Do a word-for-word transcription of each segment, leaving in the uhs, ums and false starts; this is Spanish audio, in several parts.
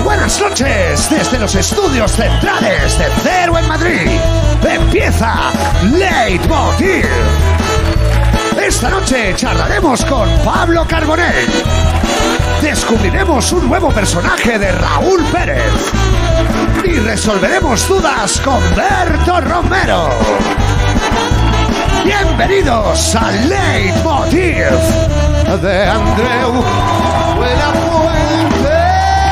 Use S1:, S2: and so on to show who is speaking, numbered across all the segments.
S1: Buenas noches desde los estudios centrales de Cero en Madrid. Empieza Leitmotiv. Esta noche charlaremos con Pablo Carbonell. Descubriremos un nuevo personaje de Raúl Pérez. Y resolveremos dudas con Berto Romero. Bienvenidos a Leitmotiv de Andreu de la Fuente.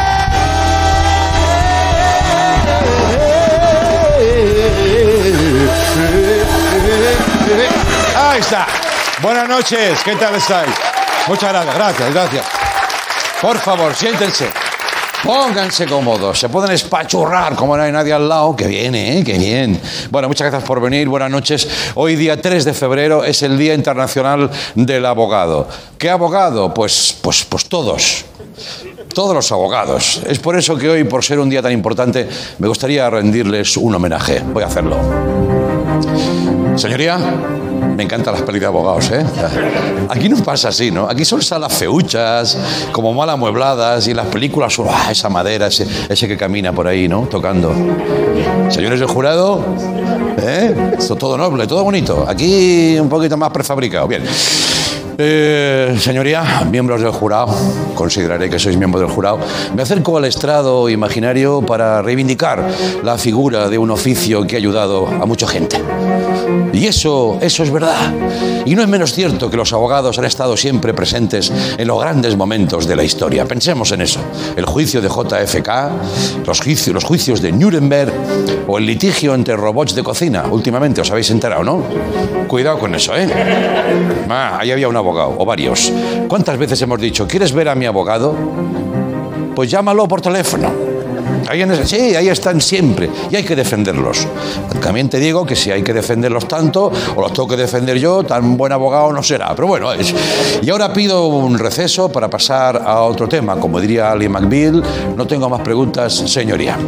S2: Ahí está. Buenas noches, ¿qué tal estáis? Muchas gracias, gracias, gracias. Por favor, siéntense. Pónganse cómodos, se pueden espachurrar como no hay nadie al lado. Que bien, ¿eh? Que bien. Bueno, muchas gracias por venir, buenas noches. Hoy día tres de febrero es el Día Internacional del Abogado. ¿Qué abogado? Pues, pues, pues todos. Todos los abogados. Es por eso que hoy, por ser un día tan importante, me gustaría rendirles un homenaje. Voy a hacerlo. Señoría, me encantan las pelis de abogados, ¿eh? Aquí no pasa así, ¿no? Aquí son salas feuchas, como mal amuebladas, y las películas son, ¡ah, esa madera, ese, ese que camina por ahí, ¿no? Tocando. Señores del jurado, ¿eh? Esto todo noble, todo bonito. Aquí un poquito más prefabricado. Bien. Eh, señoría, miembros del jurado, consideraré que sois miembros del jurado, me acerco al estrado imaginario para reivindicar la figura de un oficio que ha ayudado a mucha gente. Y eso, eso es verdad. Y no es menos cierto que los abogados han estado siempre presentes en los grandes momentos de la historia. Pensemos en eso. El juicio de J F K, los juicios, los juicios de Nuremberg o el litigio entre robots de cocina. Últimamente os habéis enterado, ¿no? Cuidado con eso, ¿eh? Ah, ahí había un abogado, o varios. ¿Cuántas veces hemos dicho, ¿quieres ver a mi abogado? Pues llámalo por teléfono. Ahí en ese, sí, ahí están siempre. Y hay que defenderlos. También te digo que si hay que defenderlos tanto, o los tengo que defender yo, tan buen abogado no será. Pero bueno, es. Y ahora pido un receso para pasar a otro tema. Como diría Ali McBeal, no tengo más preguntas, señoría.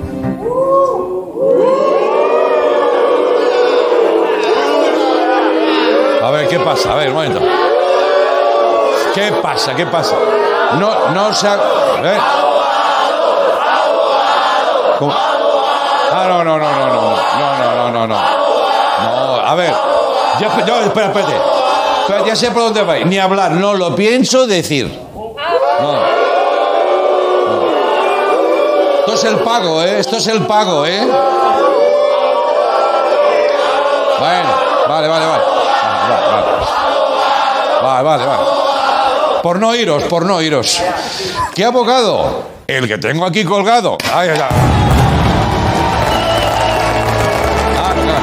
S2: A ver, ¿qué pasa? A ver, un momento. ¿Qué pasa? ¿Qué pasa? No, no se ha... ¿eh? ¿Cómo? Ah, no, no, no, no, no, no, no, no, no, no. No, a ver. Yo, yo, espera, espérate. Espera, ya sé por dónde vais. Ni hablar, no lo pienso decir. No. No. Esto es el pago, ¿eh? Esto es el pago, ¿eh? Bueno, vale, vale, vale. Vale, vale. Vale, vale, vale. Por no iros, por no iros. ¿Qué abogado? El que tengo aquí colgado. Ahí está. Ah, claro.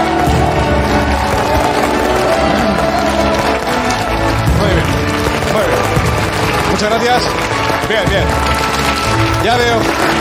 S2: Muy bien, muy bien. Muchas gracias. Bien, bien. Ya veo.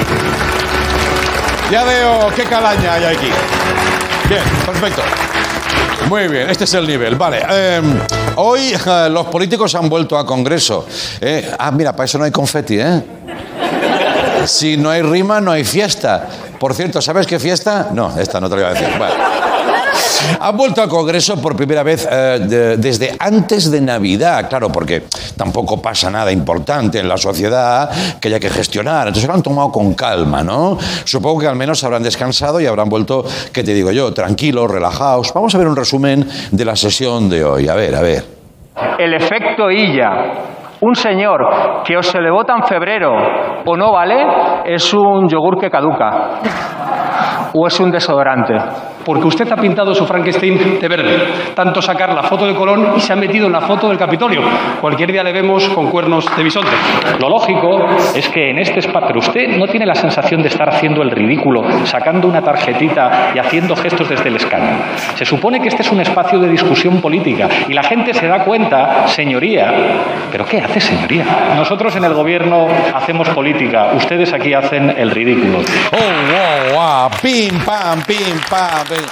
S2: Ya veo qué calaña hay aquí. Bien, perfecto. Muy bien, este es el nivel. Vale, eh, hoy eh, los políticos han vuelto a Congreso. Eh, ah, mira, para eso no hay confeti, ¿eh? Si no hay rima, no hay fiesta. Por cierto, ¿sabes qué fiesta? No, esta no te lo iba a decir. Vale. Han vuelto al Congreso por primera vez eh, de, desde antes de Navidad, claro, porque tampoco pasa nada importante en la sociedad que haya que gestionar. Entonces lo han tomado con calma, ¿no? Supongo que al menos habrán descansado y habrán vuelto, ¿qué te digo yo? Tranquilos, relajados. Vamos a ver un resumen de la sesión de hoy. A ver, a ver.
S3: El efecto Illa. Un señor que o se le vota en febrero o no vale es un yogur que caduca. O es un desodorante.
S4: Porque usted ha pintado su Frankenstein de verde. Tanto sacar la foto de Colón y se ha metido en la foto del Capitolio. Cualquier día le vemos con cuernos de bisonte. Lo lógico es que en este espacio... Pero usted no tiene la sensación de estar haciendo el ridículo, sacando una tarjetita y haciendo gestos desde el escaño. Se supone que este es un espacio de discusión política y la gente se da cuenta, señoría... ¿Pero qué hace, señoría? Nosotros en el gobierno hacemos política. Ustedes aquí hacen el ridículo.
S2: ¡Oh, wow, wow! ¡Pim, pam, pim, pam! pim.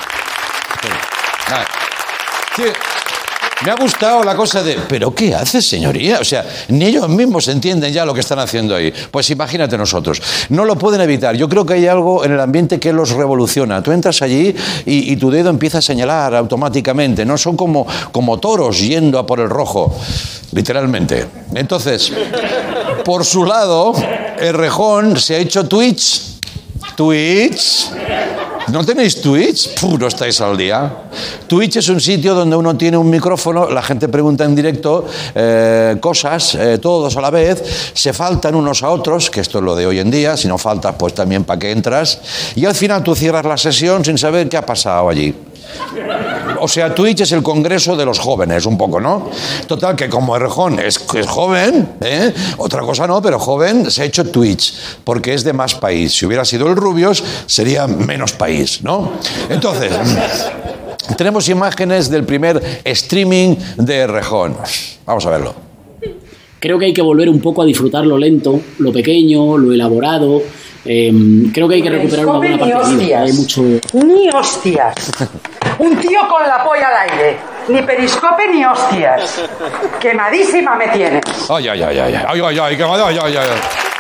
S2: Sí, me ha gustado la cosa de, ¿pero qué haces, señoría? O sea, ni ellos mismos entienden ya lo que están haciendo ahí. Pues imagínate nosotros. No lo pueden evitar. Yo creo que hay algo en el ambiente que los revoluciona. Tú entras allí y, y tu dedo empieza a señalar automáticamente, ¿no? Son como, como toros yendo a por el rojo, literalmente. Entonces, por su lado, Errejón se ha hecho Twitch. Twitch. ¿No tenéis Twitch? Puh, no estáis al día. Twitch es un sitio donde uno tiene un micrófono, la gente pregunta en directo eh, cosas, eh, todos a la vez, se faltan unos a otros, que esto es lo de hoy en día, si no faltas, pues también para qué entras, y al final tú cierras la sesión sin saber qué ha pasado allí. O sea, Twitch es el congreso de los jóvenes, un poco, ¿no? Total, que como Errejón es, es joven, ¿eh? Otra cosa no, pero joven, se ha hecho Twitch, porque es de más país. Si hubiera sido el Rubios, sería menos país, ¿no? Entonces, tenemos imágenes del primer streaming de Errejón. Vamos a verlo.
S5: Creo que hay que volver un poco a disfrutar lo lento, lo pequeño, lo elaborado. Eh, creo que hay que recuperar una buena parte de vida. Hay mucho...
S6: Ni hostias. Un tío con la polla al aire. Ni periscope ni hostias. Quemadísima me tiene.
S2: Ay, ay, ay, ay, ay, ay, ay, ay, ay, ay.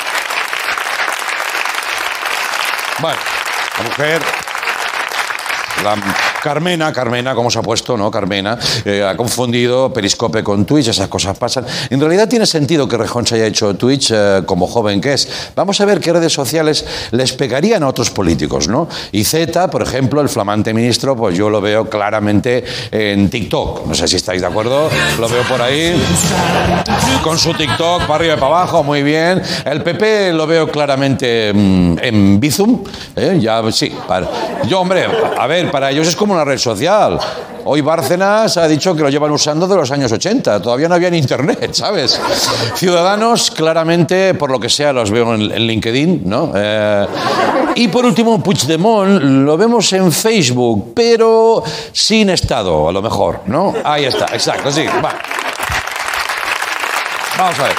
S2: Bueno, la mujer, la Carmena, Carmena, ¿cómo se ha puesto, no? Carmena, eh, ha confundido Periscope con Twitch, esas cosas pasan. En realidad tiene sentido que Errejón se haya hecho Twitch eh, como joven que es. Vamos a ver qué redes sociales les pegarían a otros políticos, ¿no? Y Z, por ejemplo, el flamante ministro, pues yo lo veo claramente en TikTok. No sé si estáis de acuerdo, lo veo por ahí, con su TikTok, para arriba y para abajo, muy bien. El P P lo veo claramente mmm, en Bizum, ¿eh? Ya, sí. Para... Yo, hombre, a ver, para ellos es como una red social. Hoy Bárcenas ha dicho que lo llevan usando de los años ochenta. Todavía no había ni internet, ¿sabes? Ciudadanos, claramente, por lo que sea, los veo en, en LinkedIn, ¿no? Eh, y por último, Puigdemont lo vemos en Facebook, pero sin estado, a lo mejor, ¿no? Ahí está, exacto, sí. Va. Vamos a ver.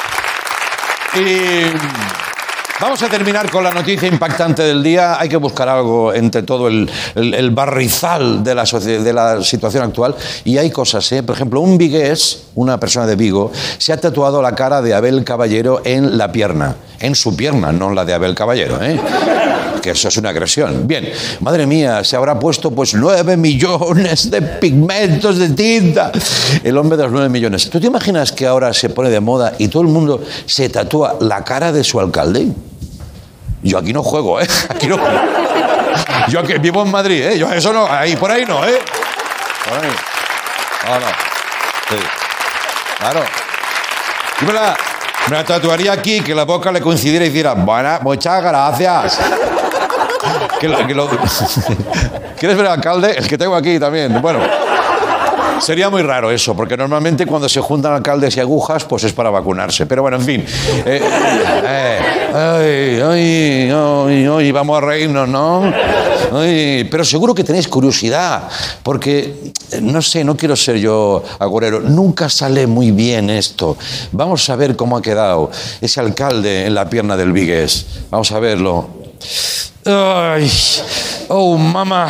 S2: Y... vamos a terminar con la noticia impactante del día. Hay que buscar algo entre todo el, el, el barrizal de la, de la situación actual. Y hay cosas, ¿eh? Por ejemplo, un vigués, una persona de Vigo, se ha tatuado la cara de Abel Caballero en la pierna. En su pierna, no en la de Abel Caballero, ¿eh? Que eso es una agresión. Bien, madre mía, se habrá puesto pues nueve millones de pigmentos de tinta. El hombre de los nueve millones. ¿Tú te imaginas que ahora se pone de moda y todo el mundo se tatúa la cara de su alcalde? Yo aquí no juego, ¿eh? Aquí no juego. Yo aquí vivo en Madrid, ¿eh? Yo eso no, ahí, por ahí no, ¿eh? Por ahí. No, no. Sí. Claro. Yo me la, me la tatuaría aquí, que la boca le coincidiera y dijera, bueno, muchas gracias. Que lo, que lo... ¿Quieres ver al alcalde? El que tengo aquí también. Bueno, sería muy raro eso, porque normalmente cuando se juntan alcaldes y agujas, pues es para vacunarse. Pero bueno, en fin. Eh, eh, ay, ay, ay, ay, vamos a reírnos, ¿no? Ay, pero seguro que tenéis curiosidad, porque, no sé, no quiero ser yo agorero, nunca sale muy bien esto. Vamos a ver cómo ha quedado ese alcalde en la pierna del vigués. Vamos a verlo. Ay, oh, mamá.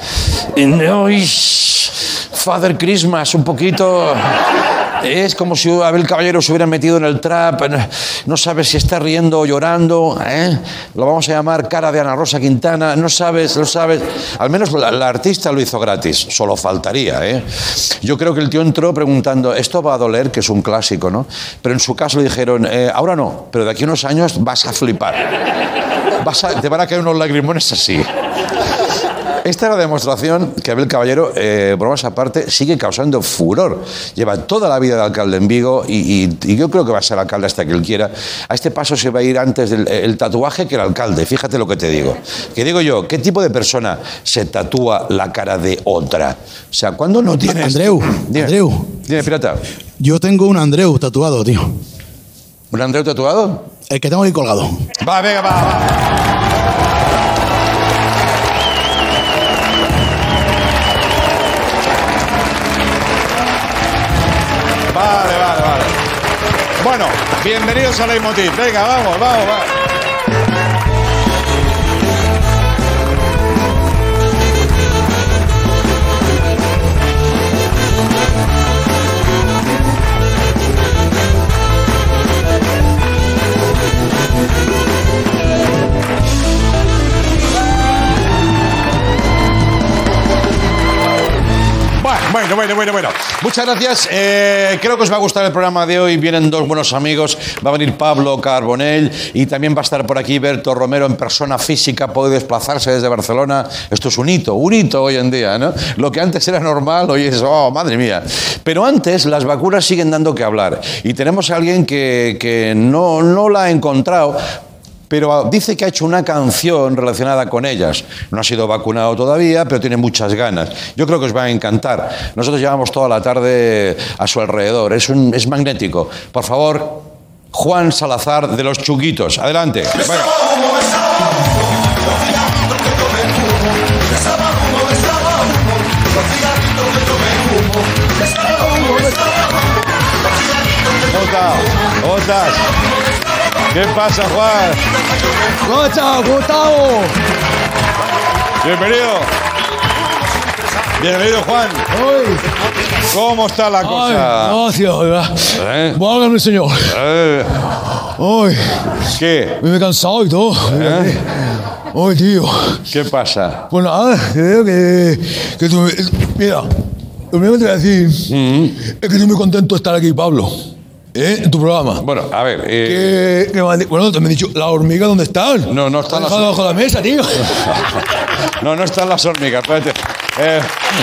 S2: Ay, Father Christmas, un poquito. Es como si Abel Caballero se hubiera metido en el trap. No sabes si está riendo o llorando, ¿eh? Lo vamos a llamar cara de Ana Rosa Quintana. No sabes, lo sabes. Al menos la, la artista lo hizo gratis. Solo faltaría, ¿eh? Yo creo que el tío entró preguntando, ¿esto va a doler? Que es un clásico, ¿no? Pero en su caso le dijeron, eh, ahora no, pero de aquí a unos años vas a flipar. Vas a, te van a caer unos lagrimones así. Esta es la demostración que Abel Caballero, eh, bromas aparte, sigue causando furor. Lleva toda la vida de alcalde en Vigo y, y, y yo creo que va a ser alcalde hasta que él quiera. A este paso se va a ir antes del el tatuaje que el alcalde. Fíjate lo que te digo. Que digo yo, ¿qué tipo de persona se tatúa la cara de otra? O sea, ¿cuándo no tienes...
S7: Andreu,
S2: dime,
S7: Andreu.
S2: Dime, pirata.
S7: Yo tengo un Andreu tatuado, tío.
S2: ¿Un Andreu tatuado?
S7: El que tengo ahí colgado.
S2: Va, venga, va, va. Vale, vale, vale. Bueno, bienvenidos a Leitmotiv. Venga, vamos, vamos, vamos. Bueno, bueno, bueno, bueno, bueno. Muchas gracias. Eh, creo que os va a gustar el programa de hoy. Vienen dos buenos amigos. Va a venir Pablo Carbonell y también va a estar por aquí Berto Romero en persona física. Puede desplazarse desde Barcelona. Esto es un hito, un hito hoy en día, ¿no? Lo que antes era normal, hoy es, oh, madre mía. Pero antes las vacunas siguen dando que hablar. Y tenemos a alguien que, que no, no la ha encontrado, pero dice que ha hecho una canción relacionada con ellas. No ha sido vacunado todavía, pero tiene muchas ganas. Yo creo que os va a encantar. Nosotros llevamos toda la tarde a su alrededor. Es, un, es magnético. Por favor, Juan Salazar de Los Chunguitos. Adelante. Bueno. ¿Cómo ¿Qué pasa, Juan?
S8: ¿Cómo estás, Gustavo?
S2: Bienvenido. Bienvenido, Juan.
S8: Ay.
S2: ¿Cómo está la cosa?
S8: Ay, gracias, ¿verdad?
S2: ¿Eh?
S8: Válgame, señor.
S2: Eh.
S8: Ay.
S2: ¿Qué?
S8: Me he cansado y todo.
S2: ¿Eh?
S8: Ay, tío.
S2: ¿Qué pasa?
S8: Pues nada, creo que, que tú... Mira, lo primero que te voy a decir mm-hmm. es que estoy muy contento de estar aquí, Pablo. ¿Eh? En tu programa.
S2: Bueno, a ver... Eh...
S8: Que, que, bueno, te me he dicho, ¿las hormigas dónde están?
S2: No, no están
S8: las...
S2: las...
S8: bajo la mesa, tío.
S2: No, no están las hormigas, espérate. Eh...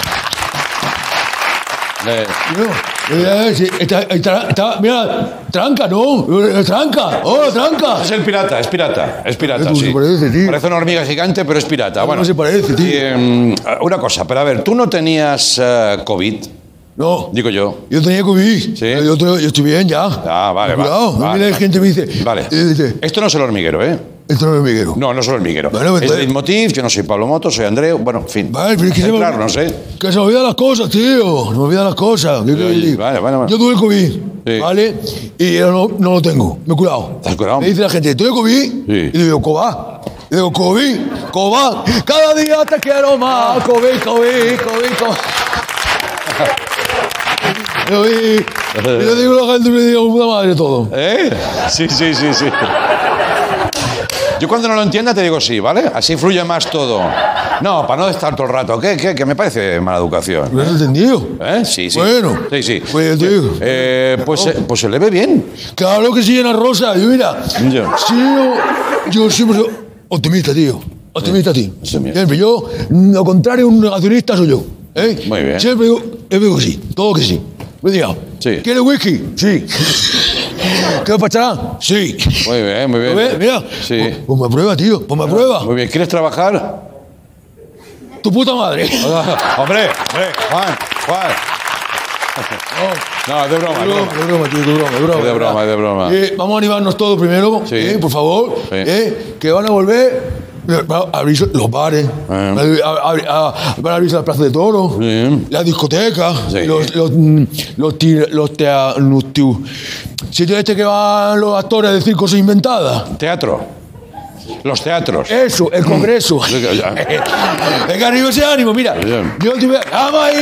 S8: Eh... No, eh, sí, está, está, está, mira, tranca, ¿no? Tranca, oh, tranca.
S2: Es el pirata, es pirata, es pirata,
S8: sí.
S2: Se parece, tío. Parece una hormiga gigante, pero es pirata.
S8: No,
S2: bueno,
S8: no se parece, tío.
S2: Eh, una cosa, pero a ver, ¿tú no tenías uh, COVID?
S8: No.
S2: Digo yo.
S8: Yo tenía COVID.
S2: Sí.
S8: Yo, yo, yo estoy bien ya.
S2: Ah, vale, vale.
S8: Cuidado,
S2: vale,
S8: a mí
S2: vale.
S8: la gente me dice...
S2: Vale.
S8: Eh, dice,
S2: esto no es el hormiguero, ¿eh?
S8: Esto no es hormiguero.
S2: No, no es el hormiguero.
S8: Bueno,
S2: es Leitmotiv, yo no soy Pablo Moto, soy Andreu, bueno, en fin.
S8: Vale, pero es que se me...
S2: Claro, no sé.
S8: Que se me olvidan las cosas, tío. Se me olvidan las cosas.
S2: Sí, vale, vale, vale.
S8: Yo tuve el COVID,
S2: sí.
S8: ¿vale? Y yo no, no lo tengo. Me he curado.
S2: ¿Te has curado?
S8: Me dice la gente, ¿tuve COVID?
S2: Sí.
S8: Y digo, ¿coba? Y digo, COVID, coba. Cada día te quiero más. COVID, COVID, COVID, COVID. Y yo digo a la gente, me digo, puta madre, todo.
S2: ¿Eh? Sí, sí, sí, sí. Yo cuando no lo entienda te digo sí, ¿vale? Así fluye más todo. No, para no estar todo el rato. ¿Qué? ¿Qué? Que me parece mala educación.
S8: ¿Lo has entendido?
S2: ¿Eh? Sí, sí.
S8: Bueno.
S2: Sí, sí.
S8: Pues, tío.
S2: Eh, pues, eh, pues se le ve bien.
S8: Claro que sí, Ana Rosa. Yo, mira.
S2: Yo.
S8: Sí, yo, yo siempre soy optimista, tío. Optimista, tío.
S2: Sí,
S8: Siempre. Yo, lo contrario, un negacionista soy yo. ¿Eh?
S2: Muy bien.
S8: Siempre digo, yo digo que sí. Todo que sí. Me diga,
S2: sí.
S8: ¿Quieres whisky? Sí. ¿Quieres pacharán? Sí.
S2: Muy bien, muy bien.
S8: ¿Ves? Mira.
S2: Sí.
S8: Pues, pues me aprueba, tío. Pues me aprueba.
S2: Muy bien. ¿Quieres trabajar?
S8: Tu puta madre.
S2: Hombre, hombre, Juan, Juan. No, es de broma,
S8: de broma. De broma, tío, de broma, de broma.
S2: Es de broma, es de broma.
S8: Eh, vamos a animarnos todos primero,
S2: sí.
S8: eh, por favor. Sí. Eh, que van a volver... Van a abrirse los bares, eh. van a abrirse las plazas de toros, sí. las discotecas, sí. los, los, los, tir, los tea, los tiu, sitios este que van los actores de circos inventadas.
S2: Teatro. Los teatros.
S8: Eso, el congreso. Venga, arriba ese ánimo, mira. Bien. Yo te voy a... ¡Vamos ahí!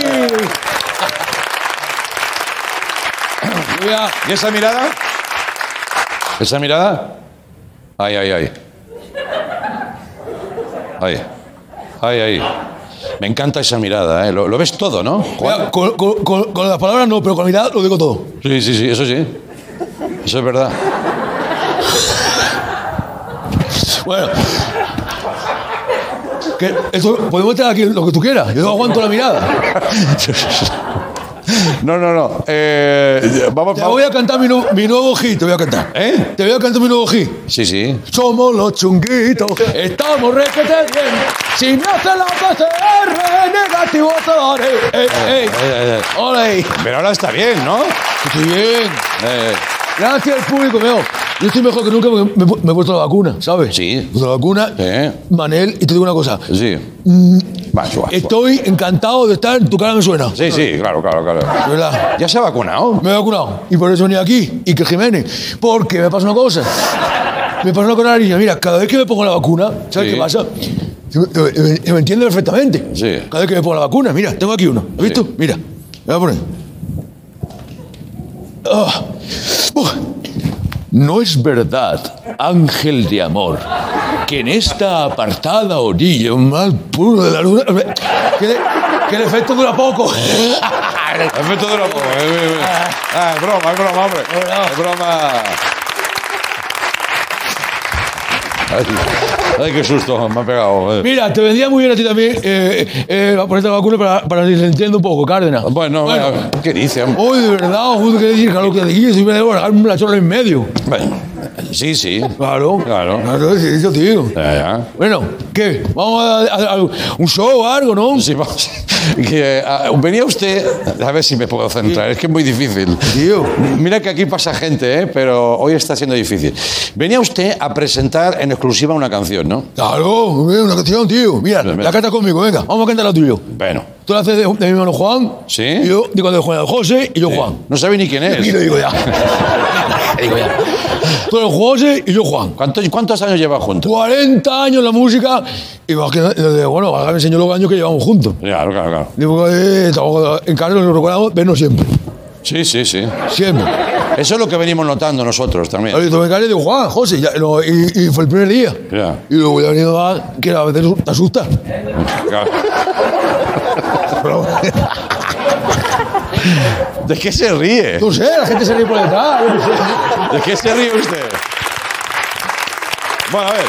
S2: ¿Y esa mirada? ¿Esa mirada? Ay, ay, ay. Ay, ay, ay. Me encanta esa mirada, ¿eh? Lo, lo ves todo, ¿no?
S8: Mira, con, con, con, con las palabras no, pero con la mirada lo digo todo.
S2: Sí, sí, sí, eso sí. Eso es verdad.
S8: Bueno. Que esto, podemos estar aquí lo que tú quieras. Yo no aguanto la mirada.
S2: No, no, no. Eh, vamos,
S8: te
S2: vamos.
S8: voy a cantar mi, nu mi nuevo hit. Te voy a cantar.
S2: ¿Eh?
S8: Te voy a cantar mi nuevo hit.
S2: Sí, sí.
S8: Somos los chunguitos. Estamos requete bien. Si me hace la P C R, negativo te daré. ¡Ey, ey!
S2: Eh, eh,
S8: ¡Ole!
S2: Pero ahora está bien, ¿no?
S8: Estoy bien.
S2: Eh.
S8: Gracias al público, veo. Yo estoy mejor que nunca porque me, me he puesto la vacuna, ¿sabes?
S2: Sí.
S8: Me he puesto la vacuna.
S2: Sí.
S8: Manel, y te digo una cosa.
S2: Sí.
S8: Mm,
S2: va, suba,
S8: estoy suba. encantado de estar en tu cara, me suena.
S2: Sí, sí, claro, claro, claro.
S8: ¿Verdad?
S2: ¿Ya se ha vacunado?
S8: Me he vacunado. Y por eso venía aquí. Y que Jiménez. Porque me pasa una cosa. Me pasa una cosa la niña. Mira, cada vez que me pongo la vacuna, ¿sabes sí. qué pasa? Me, me entiende perfectamente.
S2: Sí.
S8: Cada vez que me pongo la vacuna. Mira, tengo aquí uno. ¿Has visto? Sí. Mira. Me voy a poner. Oh. Uh. No es verdad, ángel de amor, que en esta apartada orilla, un mal puro de la luna, que, de, que el efecto dura poco.
S2: Efecto de la poca. Ah, es broma, es broma, hombre. Es broma. Ay, ay, qué susto, me ha pegado. Eh.
S8: Mira, te vendría muy bien a ti también eh, eh, ponerte la vacuna para, para que se entienda un poco, Cárdenas.
S2: Bueno, bueno, ¿qué dice?
S8: Uy, de verdad, justo que decir, claro que dijiste, si me debo dejarme la chorra en medio.
S2: Bueno, sí, sí.
S8: Claro.
S2: Claro.
S8: Claro, sí, eso, tío.
S2: Ya, ya.
S8: Bueno, ¿qué? ¿Vamos a, a, a un show o algo, no?
S2: Sí, vamos. Que, a, venía usted, a ver si me puedo centrar, es que es muy difícil.
S8: Tío.
S2: Mira que aquí pasa gente, ¿eh? Pero hoy está siendo difícil. Venía usted a presentar en exclusiva una canción, ¿no?
S8: Claro, una canción, tío. Mira, mira, mira. La canta conmigo, venga, vamos a cantar la tuya.
S2: Bueno.
S8: Tú la haces de, de mi hermano Juan.
S2: Sí.
S8: Y yo digo de Juan José y yo sí. Juan.
S2: No sabe ni quién es.
S8: Y lo digo ya. digo ya. Tú eres José y yo Juan.
S2: ¿Cuántos, cuántos años llevas juntos?
S8: cuarenta años en la música. Y bueno, me enseñó los años que llevamos juntos.
S2: Claro, claro, claro.
S8: Digo, eh, en casa nos recordamos vernos siempre.
S2: Sí, sí, sí.
S8: Siempre.
S2: Eso es lo que venimos notando nosotros también.
S8: Y me y digo, Juan, José, ya, no, y, y fue el primer día.
S2: Ya.
S8: Y luego ya venido a que a veces te asusta.
S2: Claro. ¿De qué se ríe?
S8: No sé, la gente se ríe por detrás. No sé.
S2: ¿De qué se ríe usted? Bueno, a ver.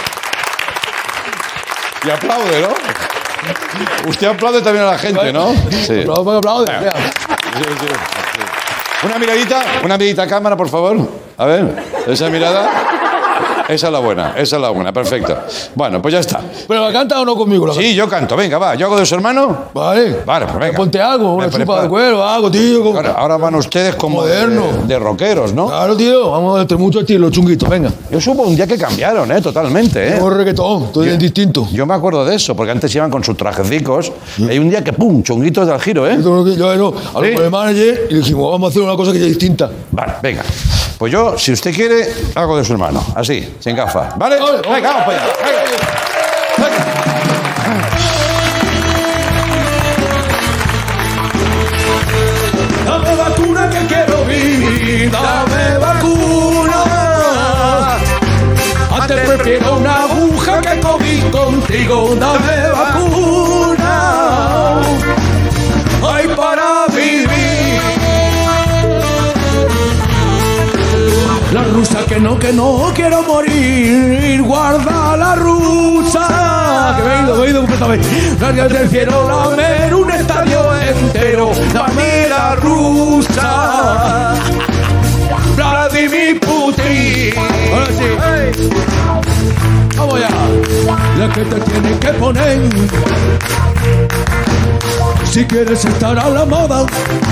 S2: Y aplaude, ¿no? Usted aplaude también a la gente, ¿no?
S8: Sí. Aplaude, aplaude.
S2: Sí, sí, sí. Una miradita, una miradita a cámara, por favor. A ver, esa mirada. Esa es la buena, esa es la buena, perfecto. Bueno, pues ya está.
S8: ¿Pero la canta o no conmigo? La
S2: sí, canta? Yo canto, venga, va. ¿Yo hago de su hermano?
S8: Vale.
S2: Vale, pues venga.
S8: Ponte algo, una
S2: me
S8: chupa de cuero, algo, tío. Como...
S2: Claro, ahora van ustedes como
S8: moderno.
S2: De, de rockeros, ¿no?
S8: Claro, tío, vamos a darte mucho estilo, chunguito, venga.
S2: Yo supo un día que cambiaron, ¿eh? Totalmente, ¿eh?
S8: No reggaetón, todo es distinto.
S2: Yo me acuerdo de eso, porque antes iban con sus trajecicos y hay un día que, pum, chunguitos del giro, ¿eh?
S8: Yo, yo no, hablé con el manager y le dijimos, vamos a hacer una cosa que sea distinta.
S2: Vale, venga. Pues yo, si usted quiere, hago de su hermano, así, sin gafas. ¿Vale?
S8: Oye, oye,
S2: venga, vamos para allá. Venga.
S8: Venga. Dame vacuna que quiero vivir, dame vacuna. Antes prefiero una aguja que COVID contigo, dame vacuna. Ay, para vivir. La rusa que no, que no quiero morir, guarda la rusa. Que me he ido, me he ido completamente. Nadie del cielo, lamer un estadio entero, dame la rusa. Vladimir Putin. Ahora sí. Hey. Vamos ya. La que te tiene que poner si quieres estar a la moda.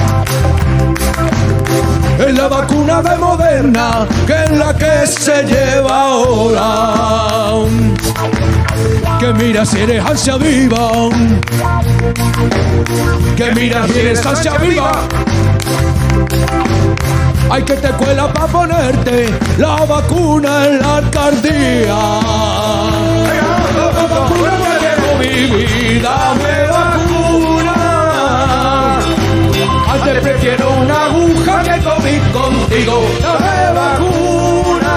S8: Es la vacuna de Moderna, que es la que se lleva ahora. Que mira si eres ansia viva, que mira si eres ansia viva. Hay que te cuela para ponerte la vacuna en la alcaldía. La vacuna que quiero vivir, dame vacuna. Antes prefiero una aguja que COVID contigo, dame vacuna.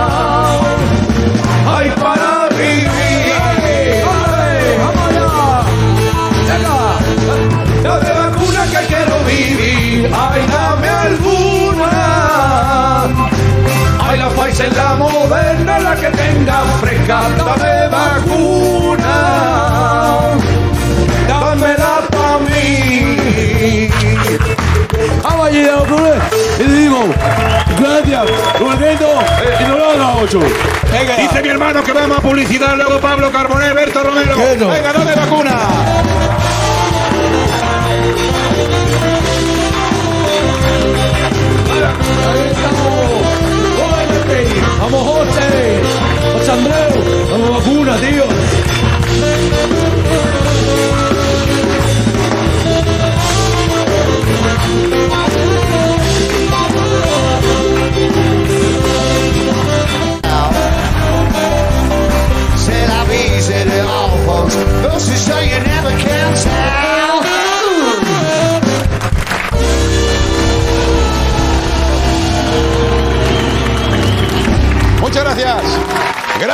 S8: Ay, para vivir. ¡Ay, vamos allá! ¡Venga! Dame vacuna que quiero vivir. Ay, dame alguna. Ay, la Pfizer, la Moderna, la que tenga fresca, dame vacuna. Dámela pa' mí. Vamos allí de octubre y te digo, gracias, Urgento, y no lo haga ocho. Venga.
S9: Dice mi hermano que vamos a publicidad, luego Pablo Carbonell, Berto Romero.
S8: No?
S9: Venga, dame vacuna.
S8: Ahí estamos. Vamos, José. José Andreu, dame vacuna, tío.
S1: C'est la vie, c'est le enfance. Those who say you never can tell.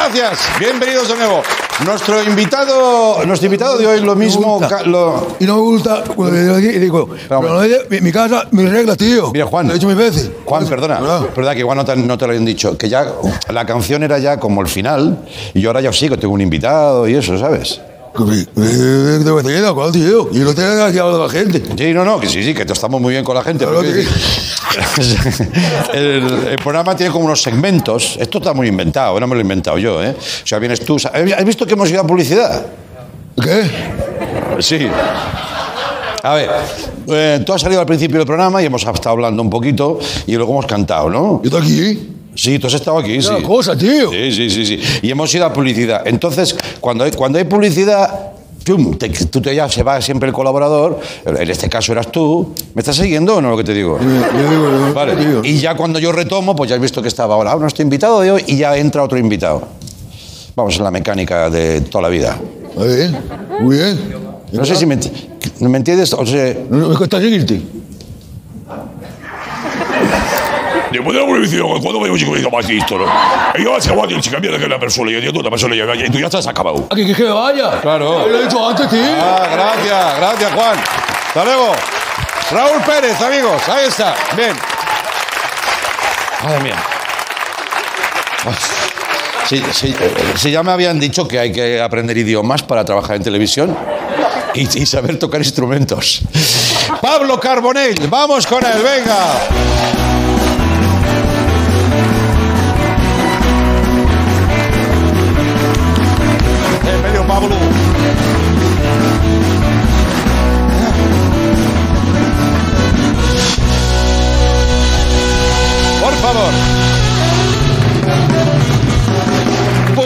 S2: Gracias, bienvenidos de nuevo. Nuestro invitado, nuestro invitado de hoy lo mismo.
S8: No
S2: lo...
S8: Y no me gusta, cuando y digo, pero no, mi, mi casa, mis reglas, tío.
S2: Mira, Juan.
S8: Lo he dicho mil veces.
S2: Juan, perdona. ¿Verdad? Verdad que igual no te, no te lo habían dicho. Que ya la canción era ya como el final. Y yo ahora ya sí que tengo un invitado y eso, ¿sabes?
S8: ¿Qué te queda, cuál, tío? Y no te hagas que hablar de la gente.
S2: Sí, no, no, que sí, sí, que estamos muy bien con la gente.
S8: Claro
S2: Porque,
S8: que...
S2: el, el programa tiene como unos segmentos. Esto está muy inventado, no me lo he inventado yo, ¿eh? O sea, vienes tú. ¿Has visto que hemos ido a publicidad?
S8: ¿Qué?
S2: Sí. A ver, eh, tú has salido al principio del programa y hemos estado hablando un poquito y luego hemos cantado, ¿no?
S8: ¿Yo estoy aquí?
S2: Sí, tú has estado aquí, sí.
S8: Una cosa, tío.
S2: Sí, sí, sí, sí. Y hemos ido a publicidad. Entonces, cuando hay, cuando hay publicidad, ¡pum!, te, tú te ya se va siempre el colaborador. En este caso eras tú. ¿Me estás siguiendo o no lo que te digo?
S8: Sí, yo digo, yo
S2: vale.
S8: digo.
S2: Y ya cuando yo retomo, pues ya has visto que estaba ahora nuestro invitado de hoy y ya entra otro invitado. Vamos, en la mecánica de toda la vida.
S8: Muy bien, muy bien.
S2: No sé si me, ¿me entiendes? O sea,
S8: no me cuesta seguirte.
S9: Después de la publicidad, cuando veo que me más listo, ¿no? Y yo hacia abajo, si cambia de que la persona, y tú la persona, y tú ya estás acabado.
S8: ¿A que, que me vaya?
S2: Claro.
S8: Lo he dicho antes, tío.
S2: Ah, gracias, gracias, Juan. Hasta luego. Raúl Pérez, amigos, ahí está. Bien. Madre mía. Sí, sí, sí, ya me habían dicho que hay que aprender idiomas para trabajar en televisión y, y saber tocar instrumentos. Pablo Carbonell, vamos con él, venga. Bienvenido, Pablo. Por favor. ¡Pum!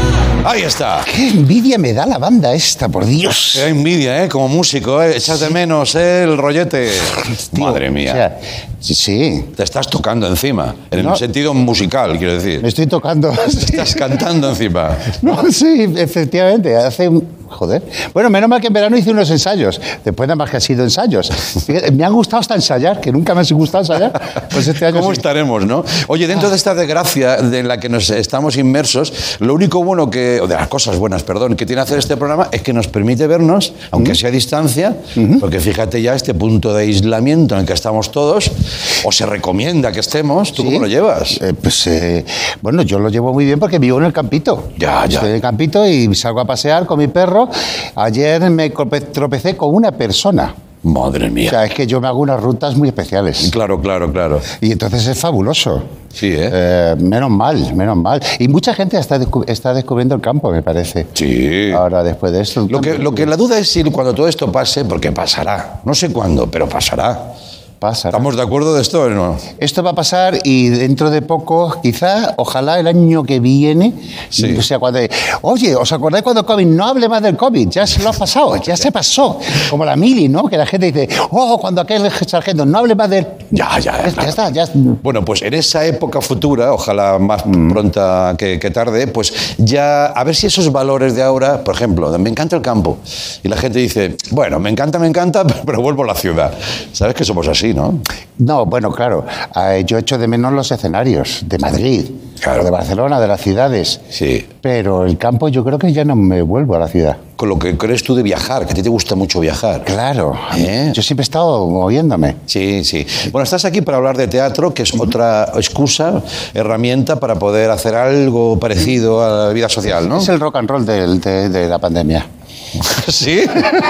S2: Ahí está.
S1: Qué envidia me da la banda esta, por Dios.
S2: Qué envidia, ¿eh? Como músico, ¿eh? Echas de menos, ¿eh? El rollete.
S1: Tío,
S2: Madre mía.
S1: O sea, sí, sí.
S2: Te estás tocando encima. En
S1: No.
S2: el sentido musical, quiero decir.
S1: Me estoy tocando.
S2: Estás cantando encima.
S1: No, sí, efectivamente. Hace un... Joder. Bueno, menos mal que en verano hice unos ensayos. Después nada más que han sido ensayos. Fíjate, me han gustado hasta ensayar, que nunca me ha gustado ensayar. Pues este año
S2: ¿Cómo
S1: sí.
S2: estaremos, no? Oye, dentro de esta desgracia en la que nos estamos inmersos, lo único bueno que, o de las cosas buenas, perdón, que tiene hacer este programa es que nos permite vernos, aunque sea a distancia, porque fíjate ya este punto de aislamiento en el que estamos todos, o se recomienda que estemos. ¿Tú
S1: ¿Sí?
S2: cómo lo llevas?
S1: Eh, pues, eh, bueno, yo lo llevo muy bien porque vivo en el campito.
S2: Ya, ya.
S1: Estoy en el campito y salgo a pasear con mi perro. Ayer me trope- tropecé con una persona.
S2: Madre
S1: O
S2: mía.
S1: sea, es que yo me hago unas rutas muy especiales.
S2: Claro, claro, claro.
S1: Y entonces es fabuloso.
S2: Sí, ¿eh?
S1: Eh, menos mal, menos mal. Y mucha gente está, descu- está descubriendo el campo, me parece.
S2: Sí.
S1: Ahora, después de esto...
S2: Lo que, lo que la duda es si cuando todo esto pase, porque pasará. No sé cuándo, pero pasará.
S1: pasa.
S2: ¿Estamos de acuerdo de esto o no?
S1: Esto va a pasar y dentro de poco, quizá, ojalá el año que viene,
S2: Sí.
S1: o sea, cuando, oye, ¿os acordáis cuando COVID? No hable más del COVID, ya se lo ha pasado, ya se pasó. Como la mili, ¿no? Que la gente dice, oh, cuando aquel sargento, no hable más del...
S2: Ya, ya,
S1: Ya,
S2: claro.
S1: está, ya...
S2: Bueno, pues en esa época futura, ojalá más pronta que, que tarde, pues ya a ver si esos valores de ahora, por ejemplo, me encanta el campo, y la gente dice, bueno, me encanta, me encanta, pero vuelvo a la ciudad. Sabes que somos así, ¿no?
S1: No, bueno, claro, eh, yo echo de menos los escenarios de Madrid,
S2: Claro.
S1: de Barcelona, de las ciudades,
S2: Sí.
S1: pero el campo yo creo que ya no me vuelvo a la ciudad.
S2: Con lo que crees tú de viajar, que a ti te gusta mucho viajar.
S1: Claro,
S2: ¿Eh?
S1: yo siempre he estado moviéndome.
S2: Sí, sí. Bueno, estás aquí para hablar de teatro, que es otra excusa, herramienta para poder hacer algo parecido a la vida social, ¿no?
S1: Es el rock and roll del- de, de la pandemia.
S2: ¿Sí?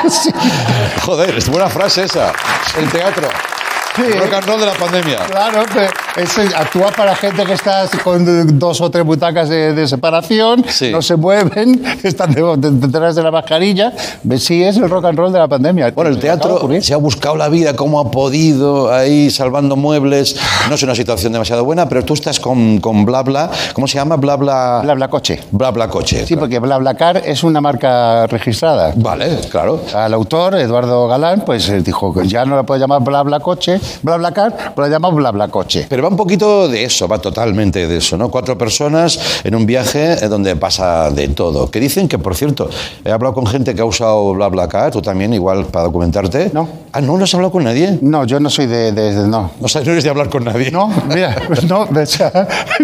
S2: Joder, es buena frase esa. El teatro.
S1: Sí.
S2: El rock and roll de la pandemia.
S1: Claro, que es, actúa para gente que está con dos o tres butacas de, de separación,
S2: Sí.
S1: no se mueven, están de- de- detrás de la mascarilla. Sí, es el rock and roll de la pandemia.
S2: Bueno, el
S1: Acaba de
S2: teatro
S1: ocurrir.
S2: se ha buscado la vida como ha podido, ahí salvando muebles. No es una situación demasiado buena, pero tú estás con, con Bla Bla. ¿Cómo se llama? Bla Bla...
S1: Bla bla coche.
S2: Bla Bla Coche.
S1: Sí, porque BlaBlaCar es una marca registrada.
S2: Vale, claro.
S1: Al autor, Eduardo Galán, pues eh, dijo que ya no la puede llamar BlaBlaCoche, BlaBlaCar, pero la llamamos BlaBlaCoche.
S2: Pero va un poquito de eso, va totalmente de eso, ¿no? Cuatro personas en un viaje eh, donde pasa de todo. Que dicen que, por cierto, he hablado con gente que ha usado BlaBlaCar, tú también, igual, para documentarte.
S1: No.
S2: Ah, ¿no? ¿No has hablado con nadie?
S1: No, yo no soy de... de- de- no.
S2: O sea, no eres de hablar con nadie.
S1: No, mira, no, o sea,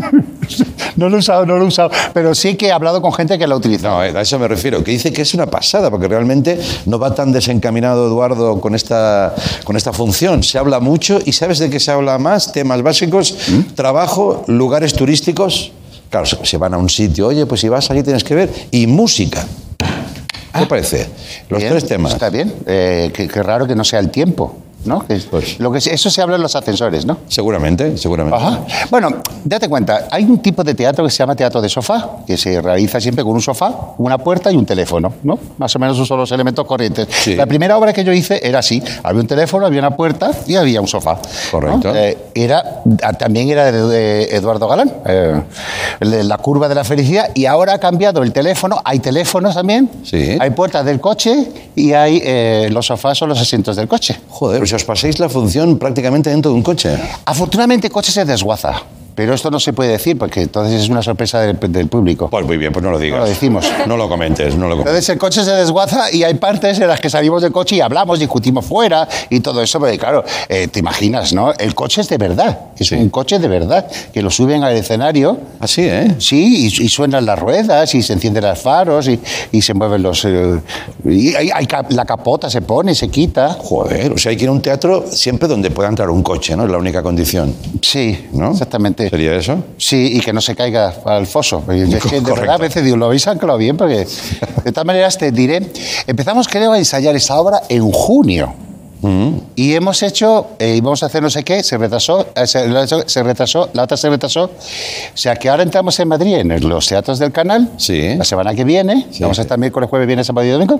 S10: No lo he usado, no lo he usado, pero sí que he hablado con gente que lo ha utilizado.
S2: No, a eso me refiero, que dice que es una pasada, porque realmente no va tan desencaminado Eduardo con esta, con esta función. Se habla mucho, ¿y sabes de qué se habla más? Temas básicos, ¿Mm? Trabajo, lugares turísticos. Claro, se van a un sitio, oye, pues si vas allí tienes que ver, y música. ¿Qué ah, parece? Los
S10: bien,
S2: tres temas.
S10: Está bien, eh, qué, qué raro que no sea el tiempo. ¿No? Que, pues, lo que, eso se habla en los ascensores, ¿no?
S2: Seguramente, seguramente.
S10: Ajá. Bueno, date cuenta, hay un tipo de teatro que se llama teatro de sofá, que se realiza siempre con un sofá, una puerta y un teléfono, ¿no? Más o menos esos son los elementos corrientes. Sí. La primera obra que yo hice era así, había un teléfono, había una puerta y había un sofá.
S2: Correcto.
S10: ¿No? Eh, era, también era de, de Eduardo Galán, eh, La curva de la felicidad, y ahora ha cambiado el teléfono, hay teléfonos también,
S2: sí.
S10: Hay puertas del coche y hay eh, los sofás o los asientos del coche.
S2: Joder, pues os paséis la función prácticamente dentro de un coche.
S10: Afortunadamente el coche se desguaza, pero esto no se puede decir porque entonces es una sorpresa del, del público.
S2: Pues muy bien, pues no lo digas.
S10: No lo decimos.
S2: No lo comentes, no lo comentes.
S10: Entonces el coche se desguaza y hay partes en las que salimos del coche y hablamos, discutimos fuera y todo eso, porque claro, eh, te imaginas, ¿no? El coche es de verdad, es sí. un coche de verdad, que lo suben al escenario.
S2: Así, ¿eh?
S10: Sí, y, y suenan las ruedas y se encienden los faros y, y se mueven los... Eh, y hay, hay, la capota se pone, se quita.
S2: Joder, o sea, hay que ir a un teatro siempre donde pueda entrar un coche, ¿no? Es la única condición.
S10: Sí,
S2: ¿no?
S10: Exactamente.
S2: ¿Sería eso?
S10: Sí, y que no se caiga al foso. Es que de verdad a veces digo, lo habéis anclado bien, porque de todas maneras te diré, empezamos creo a ensayar esta obra en junio. Mm. Y hemos hecho, eh, íbamos a hacer no sé qué, se retrasó, eh, se, se retrasó, la otra se retrasó. O sea que ahora entramos en Madrid, en los teatros del canal,
S2: sí.
S10: La semana que viene, sí. Vamos a estar miércoles, jueves, viernes, sábado y domingo.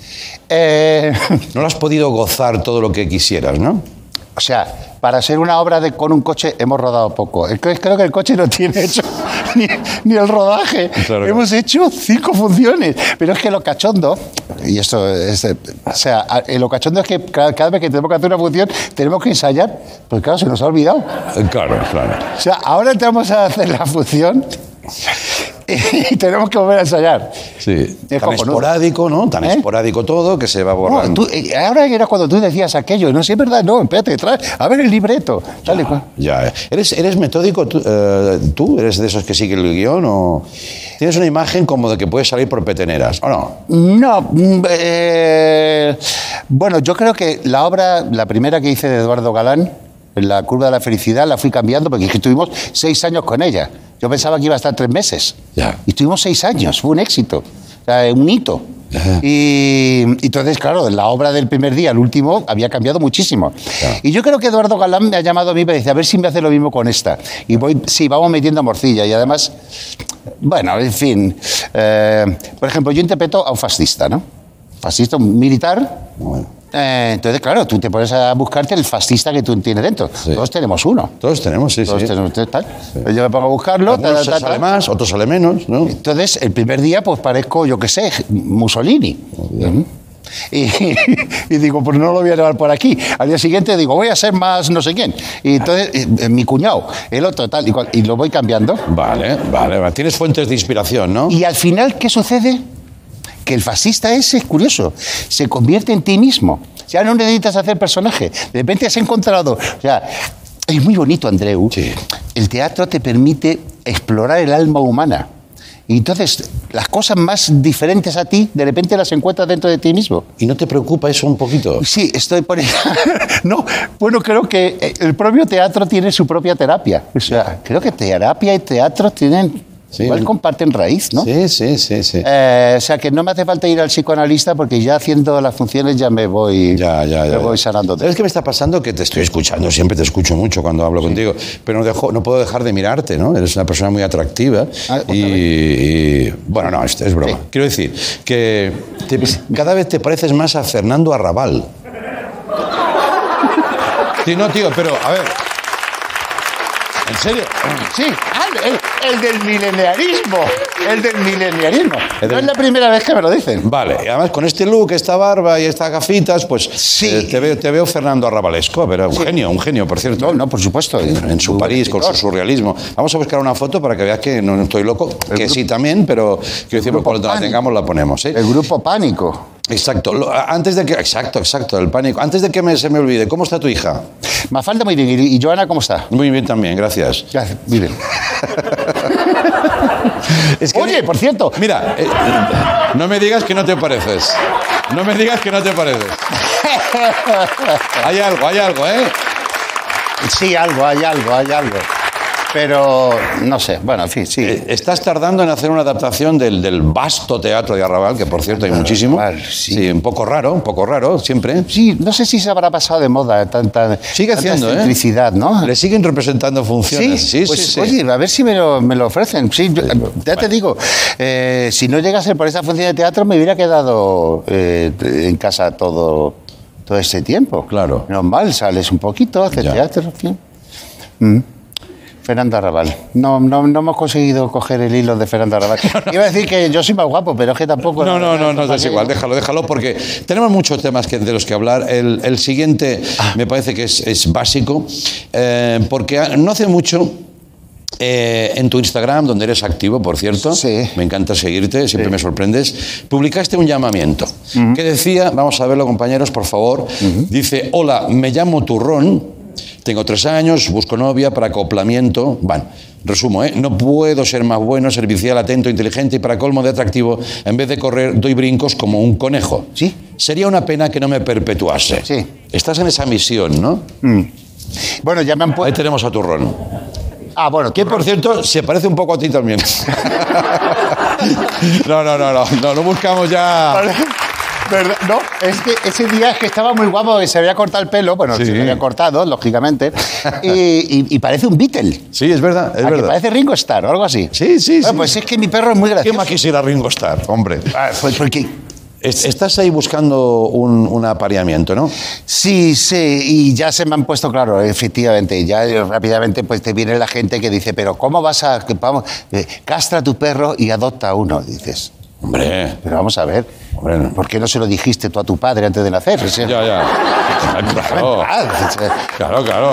S10: Eh...
S2: No lo has podido gozar todo lo que quisieras, ¿no?
S10: O sea, para ser una obra de, con un coche hemos rodado poco. Creo que el coche no tiene hecho ni, ni el rodaje. Claro. Hemos hecho cinco funciones. Pero es que lo cachondo, y esto es... O sea, lo cachondo es que cada, cada vez que tenemos que hacer una función tenemos que ensayar, pues claro, se nos ha olvidado.
S2: Claro, claro.
S10: O sea, ahora entramos a hacer la función... y tenemos que volver a ensayar.
S2: Sí. Es tan esporádico, ¿no? Tan ¿Eh? esporádico todo que se va borrando.
S10: No, tú, ahora era cuando tú decías aquello. No, si es verdad, no, espérate, trae, a ver el libreto. Dale,
S2: ya, ya. ¿Eres, eres metódico tú, eh, tú? ¿Eres de esos que siguen el guión o...? ¿Tienes una imagen como de que puedes salir por peteneras, o no?
S10: No. Eh, bueno, yo creo que la obra, la primera que hice de Eduardo Galán, La curva de la felicidad, la fui cambiando porque estuvimos seis años con ella. Yo pensaba que iba a estar tres meses.
S2: Ya.
S10: Y estuvimos seis años, fue un éxito, o sea, un hito.
S2: Ajá.
S10: Y, y entonces, claro, la obra del primer día al último había cambiado muchísimo.
S2: Ya.
S10: Y yo creo que Eduardo Galán me ha llamado a mí para decir, a ver si me hace lo mismo con esta. Y voy, sí, vamos metiendo morcilla. Y además, bueno, en fin. Eh, por ejemplo, yo interpreto a un fascista, ¿no? Fascista, un militar.
S2: Bueno.
S10: Eh, entonces, claro, tú te pones a buscarte el fascista que tú tienes dentro. Sí. Todos tenemos uno.
S2: Todos tenemos, sí,
S10: Todos
S2: sí.
S10: Tenemos, tal. Sí. Yo me pongo a buscarlo.
S2: Algunos ta, ta, ta, sale más, otros sale menos, ¿no?
S10: Entonces, el primer día, pues parezco, yo qué sé, Mussolini. Uh-huh. Y, y digo, pues no lo voy a llevar por aquí. Al día siguiente digo, voy a ser más no sé quién. Y entonces, eh, mi cuñado, el otro, tal, y, y lo voy cambiando.
S2: Vale, vale. Tienes fuentes de inspiración, ¿no?
S10: Y al final, ¿qué sucede? Que el fascista ese es curioso, se convierte en ti mismo. Ya no necesitas hacer personaje. De repente has encontrado... O sea, es muy bonito, Andreu.
S2: Sí.
S10: El teatro te permite explorar el alma humana. Y entonces, las cosas más diferentes a ti, de repente las encuentras dentro de ti mismo.
S2: ¿Y no te preocupa eso un poquito?
S10: Sí, estoy por ahí. No, bueno, creo que el propio teatro tiene su propia terapia. O sea, creo que terapia y teatro tienen... Sí. Igual comparten raíz, ¿no?
S2: Sí, sí, sí. sí.
S10: Eh, o sea, que no me hace falta ir al psicoanalista porque ya haciendo las funciones ya me voy,
S2: ya, ya, ya,
S10: me voy
S2: ya.
S10: sanando.
S2: ¿Sabes qué me está pasando? Que te estoy escuchando, siempre te escucho mucho cuando hablo sí. contigo, pero no, dejo, no puedo dejar de mirarte, ¿no? Eres una persona muy atractiva ah, y, y... Bueno, no, es, es broma. Sí. Quiero decir que te, cada vez te pareces más a Fernando Arrabal. Sí, no, tío, pero, a ver... ¿En serio?
S10: Sí, el, el del mileniarismo. El del mileniarismo. El del... No es la primera vez que me lo dicen.
S2: Vale, y además con este look, esta barba y estas gafitas, pues
S10: sí.
S2: eh, te, veo, te veo Fernando Arrabalesco. Pero un sí. genio, un genio, por cierto.
S10: No, no, por supuesto.
S2: En, en su París, con su surrealismo. Vamos a buscar una foto para que veas que no estoy loco. El que grupo... sí también, pero quiero decir, por cuando la tengamos la ponemos. ¿eh?
S10: El grupo Pánico.
S2: Exacto. Lo- antes de que... Exacto, exacto, el pánico. Antes de que me, se me olvide, ¿cómo está tu hija?
S10: Mafalda muy bien. ¿Y, y Joana cómo está?
S2: Muy bien también, gracias.
S10: Gracias, muy bien.
S2: Es que
S10: Oye, por cierto.
S2: Mira, eh, no me digas que no te pareces. No me digas que no te pareces. Hay algo, hay algo, ¿eh?
S10: Sí, algo, hay algo, hay algo. Pero, no sé, bueno, en fin, sí.
S2: Eh, Estás tardando en hacer una adaptación del, del vasto teatro de Arrabal, que por cierto hay muchísimo.
S10: Arrabal, sí.
S2: Sí, un poco raro, un poco raro, siempre.
S10: Sí, no sé si se habrá pasado de moda tanta,
S2: Sigue
S10: tanta
S2: haciendo, ¿eh?
S10: excentricidad, ¿no?
S2: Le siguen representando funciones.
S10: Sí,
S2: Sí,
S10: pues,
S2: sí, sí.
S10: oye, a ver si me lo, me lo ofrecen. Sí, yo- ya te digo, eh, si no llegase por esa función de teatro me hubiera quedado eh, en casa todo, todo este tiempo.
S2: Claro.
S10: Normal, sales un poquito, haces
S2: Ya.
S10: teatro, en fin. Mm. Fernando Arrabal. No, no, no hemos conseguido coger el hilo de Fernando Arrabal. Iba a decir que yo soy más guapo, pero es que tampoco...
S2: No, no, no, no, es igual, déjalo, déjalo, porque tenemos muchos temas que, de los que hablar. El, el siguiente me parece que es, es básico, eh, porque no hace mucho... eh, en tu Instagram, donde eres activo, por cierto,
S10: Sí.
S2: me encanta seguirte, siempre
S10: Sí.
S2: me sorprendes, publicaste un llamamiento que decía, vamos a verlo compañeros, por favor, dice, hola, me llamo Turrón, tengo tres años, busco novia para acoplamiento. Bueno, resumo, ¿eh? No puedo ser más bueno, servicial, atento, inteligente y para colmo de atractivo, en vez de correr, doy brincos como un conejo.
S10: Sí.
S2: Sería una pena que no me perpetuase.
S10: Sí.
S2: Estás en esa misión, ¿no?
S10: Bueno, ya me han
S2: Ahí
S10: puesto...
S2: tenemos a Turrón.
S10: Ah, bueno,
S2: Que, por cierto, se parece un poco a ti también. No, no, no, no, no, no buscamos ya...
S10: ¿verdad? No, es que ese día es que estaba muy guapo, que se había cortado el pelo, bueno,
S2: Sí.
S10: se lo había cortado, lógicamente, y, y- y parece un Beatle.
S2: Sí, es verdad, es
S10: ¿A que
S2: verdad.
S10: parece Ringo Starr o algo así?
S2: Sí, sí,
S10: Bueno,
S2: sí.
S10: pues es que mi perro es muy
S2: ¿Qué
S10: gracioso.
S2: más quisiera Ringo Starr, hombre?
S10: Ah, pues porque...
S2: Es- Estás ahí buscando un, un apareamiento, ¿no?
S10: Sí, sí, y ya se me han puesto, claro, efectivamente, ya eh, rápidamente pues te viene la gente que dice, pero ¿cómo vas a, que vamos, eh, castra a tu perro y adopta uno? Dices,
S2: Hombre,
S10: pero vamos a ver,
S2: Hombre, no.
S10: ¿por qué no se lo dijiste tú a tu padre antes de nacer? O sea,
S2: ya, ya. Claro,
S10: ah,
S2: claro, claro.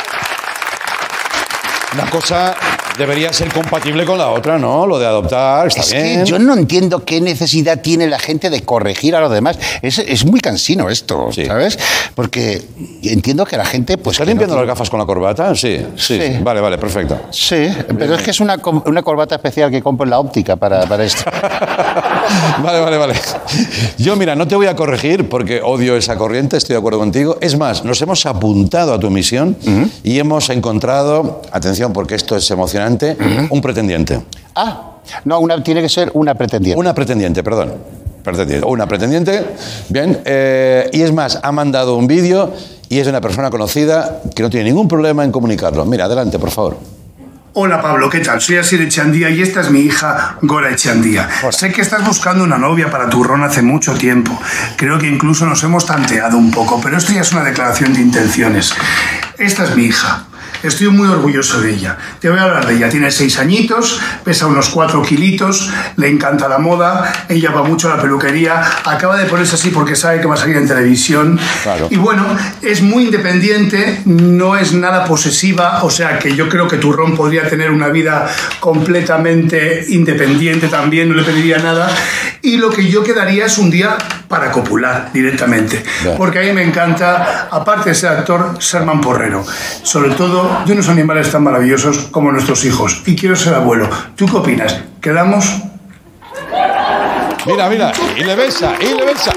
S2: Una cosa debería ser compatible con la otra, ¿no? Lo de adoptar, está
S10: Es
S2: bien.
S10: que yo no entiendo qué necesidad tiene la gente de corregir a los demás. Es, es muy cansino esto,
S2: Sí.
S10: ¿sabes? Porque entiendo que la gente... Pues,
S2: ¿Estás
S10: que no
S2: limpiando las
S10: tiene-
S2: gafas con la corbata? Sí, sí.
S10: Sí.
S2: Vale, vale, perfecto.
S10: Sí, pero es que es una, com- una corbata especial que compro en la óptica para, para esto.
S2: Vale, vale, vale. Yo, mira, no te voy a corregir porque odio esa corriente, estoy de acuerdo contigo. Es más, nos hemos apuntado a tu misión y hemos encontrado, atención porque esto es emocionante, un pretendiente.
S10: Ah, no, una, tiene que ser una pretendiente.
S2: Una pretendiente, perdón. Pretendiente. Una pretendiente, bien. eh, y es más, ha mandado un vídeo y es de una persona conocida que no tiene ningún problema en comunicarlo. Mira, adelante, por favor.
S11: Hola Pablo, ¿qué tal? Soy Asier Echandía y esta es mi hija Gora Echandía. Sé que estás buscando una novia para tu ron hace mucho tiempo. Creo que incluso nos hemos tanteado un poco, pero esto ya es una declaración de intenciones. Esta es mi hija. Estoy muy orgulloso de ella. Te voy a hablar de ella. Tiene seis añitos, pesa unos cuatro kilitos, le encanta la moda, ella va mucho a la peluquería, acaba de ponerse así porque sabe que va a salir en televisión.
S2: Claro.
S11: Y bueno, es muy independiente, no es nada posesiva, o sea que yo creo que Turrón podría tener una vida completamente independiente también, no le pediría nada. Y lo que yo quedaría es un día para copular directamente.
S2: Ya.
S11: Porque a mí me encanta, aparte de ser actor, ser mamporrero. Sobre todo de unos animales tan maravillosos como nuestros hijos. Y quiero ser abuelo. ¿Tú qué opinas? ¿Quedamos?
S2: Mira, mira, y le besa, y le besa.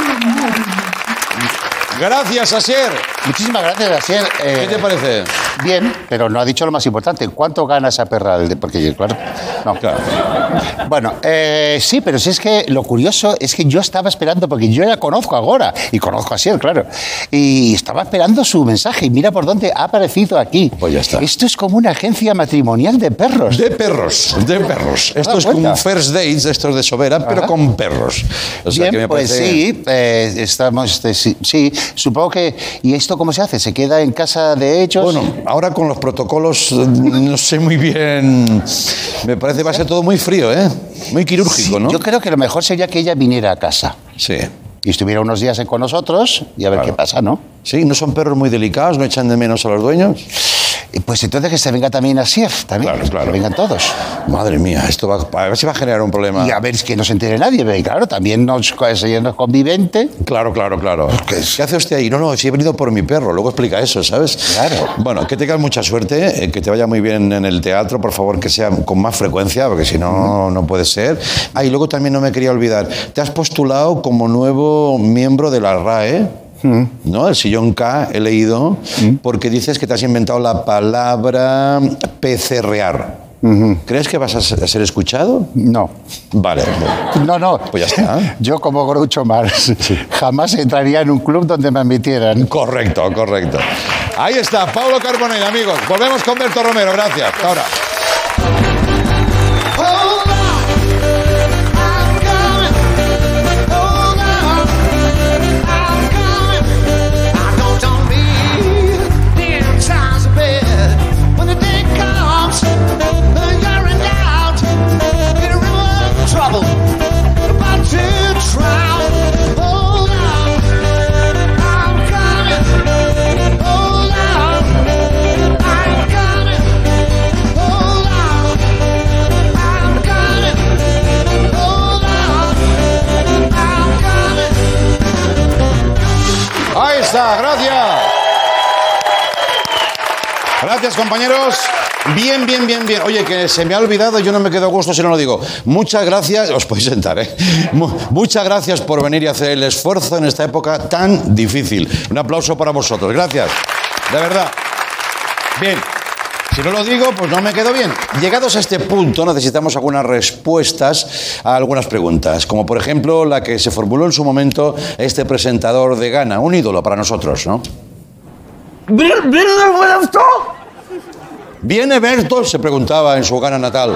S2: Gracias, Asier.
S10: Muchísimas gracias, Asier. Eh,
S2: ¿Qué te parece?
S10: Bien, pero no ha dicho lo más importante. ¿Cuánto gana esa perra? al de- Porque, claro, no.
S2: Claro.
S10: Bueno, eh, sí, pero si es que lo curioso es que yo estaba esperando, porque yo ya conozco a Gora, y conozco a Asier, claro, y estaba esperando su mensaje, y mira por dónde ha aparecido aquí.
S2: Pues ya está.
S10: Esto es como una agencia matrimonial de perros.
S2: De perros, de perros. Esto
S10: da
S2: es como
S10: cuenta?
S2: un first dates, estos de Sobera, pero
S10: Ajá.
S2: con perros. O sea,
S10: Bien,
S2: que me
S10: pues
S2: parece...
S10: sí, eh, estamos, este, sí, sí, supongo que... ¿Y esto cómo se hace? ¿Se queda en casa de ellos?
S2: Bueno, ahora con los protocolos, eh, no sé muy bien. Me parece que va a ser todo muy frío, ¿eh? Muy quirúrgico,
S10: Sí,
S2: ¿no?
S10: Yo creo que lo mejor sería que ella viniera a casa
S2: Sí.
S10: y estuviera unos días con nosotros y a ver
S2: Claro.
S10: qué pasa, ¿no?
S2: Sí, ¿no son perros muy delicados? ¿No echan de menos a los dueños?
S10: Pues entonces que se venga también Asier, también.
S2: Claro, claro.
S10: Que vengan todos.
S2: Madre mía, esto va, a ver si va a generar un problema.
S10: Y a ver, es que no se entere nadie, pero claro, también nos, nos convivente.
S2: Claro, claro, claro. ¿Qué, ¿Qué hace usted ahí? No, no, si he venido por mi perro, luego explica eso, ¿sabes?
S10: Claro.
S2: Bueno, que tengas mucha suerte, eh, que te vaya muy bien en el teatro, por favor, que sea con más frecuencia, porque si no, no puede ser. Ah, y luego también no me quería olvidar, te has postulado como nuevo miembro de la R A E, mm. ¿no? El sillón K, he leído, mm. porque dices que te has inventado la palabra pecerrear. Uh-huh. ¿Crees que vas a ser escuchado?
S10: No.
S2: Vale.
S10: No, no.
S2: Pues ya está.
S10: Yo, como Groucho Marx, sí. jamás entraría en un club donde me admitieran.
S2: Correcto, correcto. Ahí está, Pablo Carbonell, amigos. Volvemos con Berto Romero. Gracias. Hasta ahora. Ahí está, gracias. Gracias, compañeros. Bien, bien, bien, bien. Oye, que se me ha olvidado, yo no me quedo a gusto si no lo digo. Muchas gracias, os podéis sentar, ¿eh? Muchas gracias por venir y hacer el esfuerzo en esta época tan difícil. Un aplauso para vosotros, gracias. De verdad. Bien. Si no lo digo, pues no me quedo bien. Llegados a este punto, necesitamos algunas respuestas a algunas preguntas, como por ejemplo la que se formuló en su momento este presentador de Ghana, un ídolo para nosotros, ¿no? ¿Viene Berto? Se preguntaba en su Ghana natal.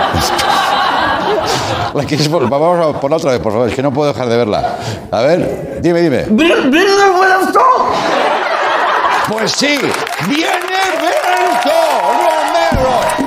S2: ¿La quieres por... Vamos a ponerla otra vez, por favor, es que no puedo dejar de verla. A ver, dime, dime. Pues sí, viene Berto Romero.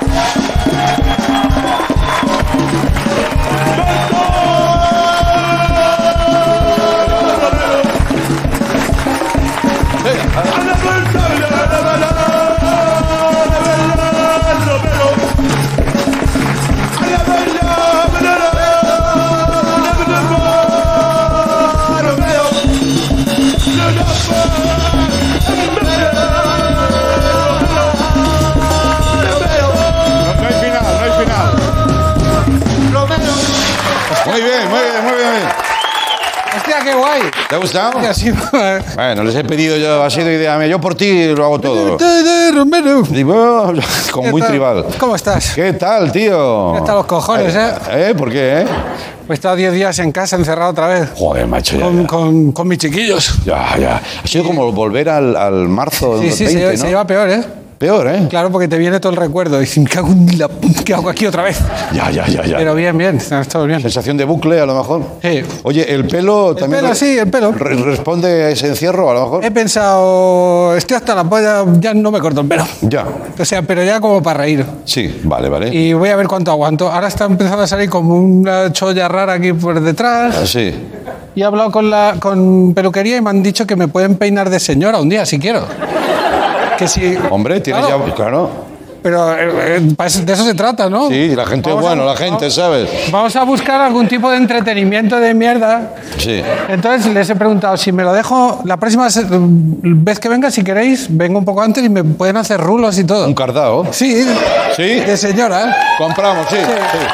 S2: Muy bien, muy bien, muy bien.
S12: Hostia, qué guay.
S2: ¿Te ha gustado?
S12: Hostia, sí.
S2: Bueno, les he pedido yo, ha sido idea mía. Yo por ti lo hago todo.
S12: Romero.
S2: Digo, con muy tribal.
S12: ¿Cómo estás?
S2: ¿Qué tal, tío?
S12: ¿Qué tal los cojones, eh?
S2: ¿Eh? ¿Por qué, eh?
S12: He estado diez días en casa, encerrado otra vez.
S2: Joder, macho, ya,
S12: con,
S2: ya.
S12: Con, con mis chiquillos.
S2: Ya, ya. Ha sido como volver al, al marzo
S12: sí,
S2: del
S12: sí,
S2: veinte,
S12: se,
S2: ¿no?
S12: se lleva peor, ¿eh?
S2: Peor, ¿eh?
S12: Claro, porque te viene todo el recuerdo. Y me cago en la... ¿Qué hago aquí otra vez?
S2: Ya, ya, ya, ya.
S12: Pero bien, bien. Está todo bien.
S2: Sensación de bucle, a lo mejor.
S12: Sí.
S2: Oye, ¿el pelo
S12: el
S2: también...
S12: El pelo, sí, el pelo.
S2: Re ¿Responde a ese encierro, a lo mejor?
S12: He pensado... Estoy hasta la polla, ya no me corto el pelo.
S2: Ya.
S12: O sea, pero ya como para reír.
S2: Sí, vale, vale.
S12: Y voy a ver cuánto aguanto. Ahora está empezando a salir como una cholla rara aquí por detrás.
S2: Ah, sí.
S12: Y he hablado con la con peluquería y me han dicho que me pueden peinar de señora un día, si quiero. Que si,
S2: Hombre, tienes
S12: claro,
S2: ya... Claro.
S12: Pero eh, de eso se trata, ¿no?
S2: Sí, la gente es bueno, la gente, ¿sabes?
S12: Vamos a buscar algún tipo de entretenimiento de mierda.
S2: Sí.
S12: Entonces les he preguntado si me lo dejo... La próxima vez que venga, si queréis, vengo un poco antes y me pueden hacer rulos y todo.
S2: ¿Un cardao?
S12: Sí.
S2: ¿Sí?
S12: De señora.
S2: Compramos, sí.
S12: Sí.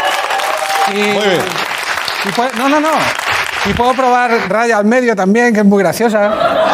S2: sí.
S12: Y,
S2: muy bien.
S12: Y puede, no, no, no. Y puedo probar raya al medio también, que es muy graciosa.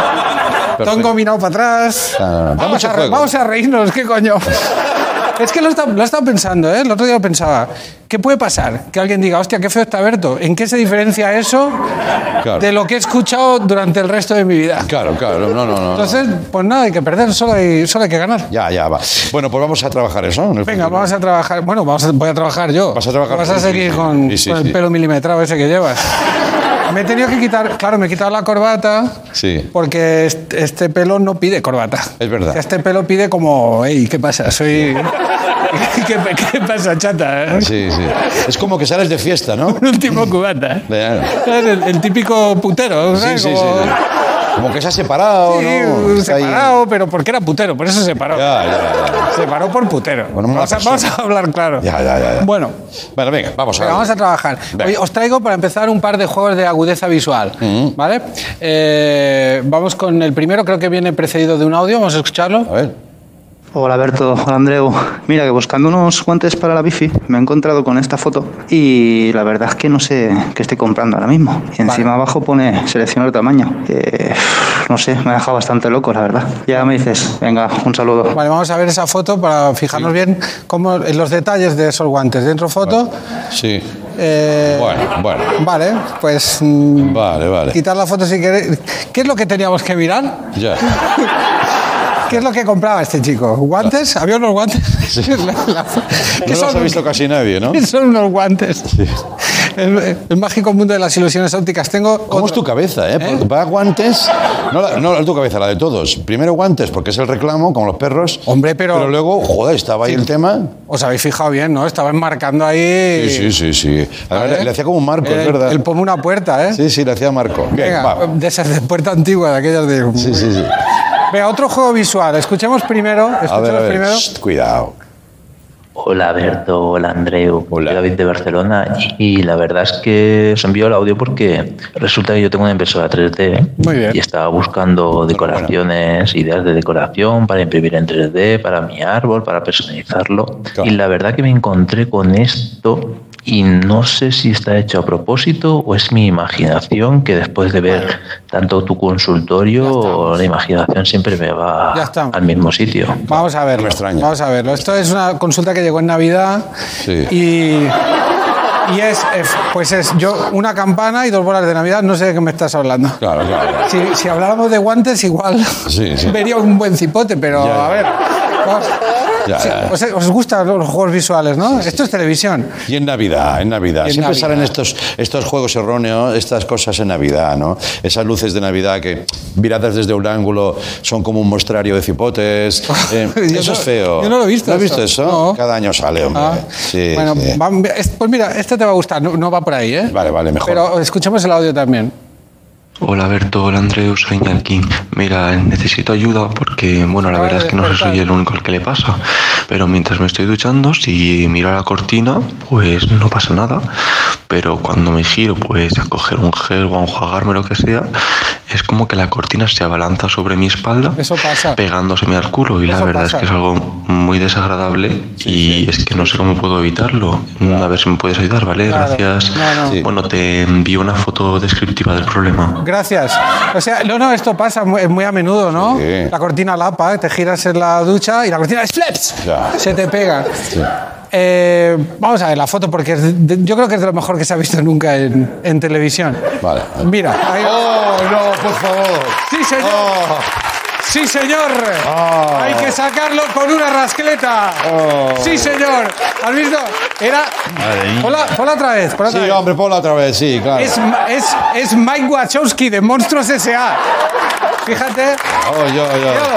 S12: Tongo minado para atrás.
S2: Ah,
S12: vamos, a re, vamos a reírnos, ¿qué coño? Es que lo he, estado, lo he estado pensando, ¿eh? El otro día lo pensaba. ¿Qué puede pasar? Que alguien diga, hostia, qué feo está Berto. ¿En qué se diferencia eso claro. de lo que he escuchado durante el resto de mi vida?
S2: Claro, claro, no, no, no.
S12: Entonces, pues nada, hay que perder, solo hay, solo hay que ganar.
S2: Ya, ya, va. Bueno, pues vamos a trabajar eso. En el
S12: Venga,
S2: futuro.
S12: vamos a trabajar. Bueno, vamos a, voy a trabajar yo.
S2: Vas a trabajar.
S12: Vas a seguir sí, con, sí, sí, con el sí. pelo milimetrado ese que llevas. Me he tenido que quitar, claro, me he quitado la corbata
S2: sí.
S12: porque este, este pelo no pide corbata.
S2: Es verdad.
S12: Este pelo pide como, hey, ¿qué pasa? Soy... ¿Qué, ¿Qué pasa, chata?
S2: Sí, sí. Es como que sales de fiesta, ¿no?
S12: Un último cubata.
S2: Claro.
S12: El, el típico putero, ¿sabes?
S2: Sí, sí,
S12: como...
S2: sí. Como que se ha separado,
S12: Sí,
S2: ¿no? Está ahí.
S12: separado, pero porque era putero, por eso se separó.
S2: Ya, ya, ya.
S12: Se separó por putero.
S2: Bueno, una
S12: vamos, a,
S2: persona.
S12: vamos a hablar claro.
S2: Ya, ya, ya, ya.
S12: Bueno,
S2: Bueno, venga, vamos a
S12: venga, vamos a trabajar.
S2: Venga.
S12: Oye, os traigo para empezar un par de juegos de agudeza visual. ¿Vale? Eh, vamos con el primero, creo que viene precedido de un audio. Vamos a escucharlo.
S2: A ver.
S13: Hola Berto, hola Andreu. Mira que buscando unos guantes para la bici me he encontrado con esta foto y la verdad es que no sé qué estoy comprando ahora mismo. Y encima
S12: Vale.
S13: abajo pone seleccionar tamaño. Eh, no sé, me ha dejado bastante loco, la verdad. Ya me dices, venga, un saludo.
S12: Vale, vamos a ver esa foto para fijarnos bien cómo, en los detalles de esos guantes. Dentro foto.
S2: Sí.
S12: eh,
S2: Bueno, bueno.
S12: Vale, pues mm,
S2: Vale, vale.
S12: quitar la foto si queréis. ¿Qué es lo que teníamos que mirar?
S2: Ya.
S12: ¿Qué es lo que compraba este chico? ¿Guantes? ¿Había unos guantes?
S2: Sí.
S12: La- la-
S2: No
S12: ¿Qué
S2: los
S12: son?
S2: ha visto casi nadie, ¿no?
S12: ¿Qué son unos guantes? El, el mágico mundo de las ilusiones ópticas. Tengo
S2: ¿Cómo es tu cabeza, eh? Porque va guantes, no, la, no tu cabeza, la de todos. Primero guantes, porque es el reclamo, como los perros.
S12: Hombre, pero...
S2: Pero luego, joder, estaba ahí el tema.
S12: Os habéis fijado bien, ¿no? Estaba enmarcando ahí...
S2: Sí, sí, sí, sí. Además,
S12: ¿Vale?
S2: le, le hacía como un marco,
S12: el,
S2: es verdad.
S12: El pomo una puerta, ¿eh?
S2: Sí, sí, le hacía marco. Bien,
S12: Venga,
S2: va.
S12: de esas de puerta antigua, de aquellas de...
S2: Sí, sí, sí.
S12: Venga, otro juego visual. Escuchemos primero.
S2: A ver,
S12: Escuchemos
S2: a ver.
S12: primero.
S2: Shh, cuidado.
S14: Hola Berto, hola Andreu,
S2: Hola.
S14: soy David de Barcelona y, y la verdad es que os envío el audio porque resulta que yo tengo una impresora tres D
S12: Muy bien.
S14: y estaba buscando decoraciones, ideas de decoración para imprimir en tres D, para mi árbol, para personalizarlo.
S2: Claro.
S14: Y la verdad que me encontré con esto y no sé si está hecho a propósito o es mi imaginación, que después de ver tanto tu consultorio, la imaginación siempre me va
S12: Ya está.
S14: al mismo sitio.
S12: Vamos a verlo.
S2: me extraña.
S12: Vamos a verlo. Esto es una consulta que llegó en Navidad
S2: Sí.
S12: y, y es, eh, pues es yo una campana y dos bolas de Navidad. No sé de qué me estás hablando.
S2: Claro, claro. claro.
S12: Si, si habláramos de guantes, igual
S2: Sí, sí.
S12: vería un buen cipote, pero
S2: Ya, ya.
S12: a ver. vamos.
S2: Ya,
S12: Sí,
S2: ya.
S12: os, os gustan los juegos visuales, ¿no? Esto es televisión.
S2: Y en Navidad, en Navidad.
S12: Y en
S2: Siempre
S12: Navidad.
S2: salen estos, estos juegos erróneos, estas cosas en Navidad, ¿no? Esas luces de Navidad que, miradas desde un ángulo, son como un mostrario de cipotes. Eh,
S12: Yo
S2: eso
S12: no-
S2: es feo.
S12: yo no lo he visto
S2: ¿No has visto
S12: eso.
S2: eso?
S12: No.
S2: Cada año sale, hombre.
S12: Ah,
S2: Sí,
S12: bueno,
S2: sí.
S12: va- es- pues mira, este te va a gustar. No, no va por ahí, ¿eh?
S2: Vale, vale, mejor.
S12: Pero escuchemos el audio también.
S15: Hola Berto, hola Andreu, soy Iñaki. Mira, necesito ayuda porque, bueno, la
S12: Acaba
S15: verdad
S12: de
S15: es que no
S12: despertar.
S15: soy el único al que le pasa. Pero mientras me estoy duchando, si miro a la cortina, pues no pasa nada. Pero cuando me giro, pues a coger un gel o a enjuagarme lo que sea, es como que la cortina se abalanza sobre mi espalda,
S12: Eso pasa.
S15: pegándoseme al culo. Y la
S12: Eso
S15: verdad
S12: pasa.
S15: es que es algo muy desagradable y es que no sé cómo puedo evitarlo. A ver si me puedes ayudar, ¿vale?
S12: Claro.
S15: Gracias.
S12: No, no.
S2: Sí.
S15: Bueno, te envío una foto descriptiva del problema.
S12: Gracias. O sea, no, no, esto pasa muy, muy a menudo, ¿no?
S2: Sí.
S12: La cortina lapa, te giras en la ducha y la cortina es flaps.
S2: Ya.
S12: Se te pega. Eh, vamos a ver la foto porque es de- yo creo que es de lo mejor que se ha visto nunca en, en televisión.
S2: Vale.
S12: Mira. ahí-
S2: ¡Oh, no, por favor!
S12: ¡Sí, señor!
S2: Oh.
S12: ¡Sí, señor!
S2: Oh.
S12: Hay que sacarlo con una rascleta.
S2: Oh.
S12: ¡Sí, señor! ¿Has visto? Era... Ponla, ponla otra vez. Ponla otra
S2: Sí,
S12: vez.
S2: hombre, ponla otra vez, sí, claro.
S12: Es, es, es Mike Wachowski de Monstruos S A Fíjate.
S2: Oh, yo, yo.
S12: Míralo.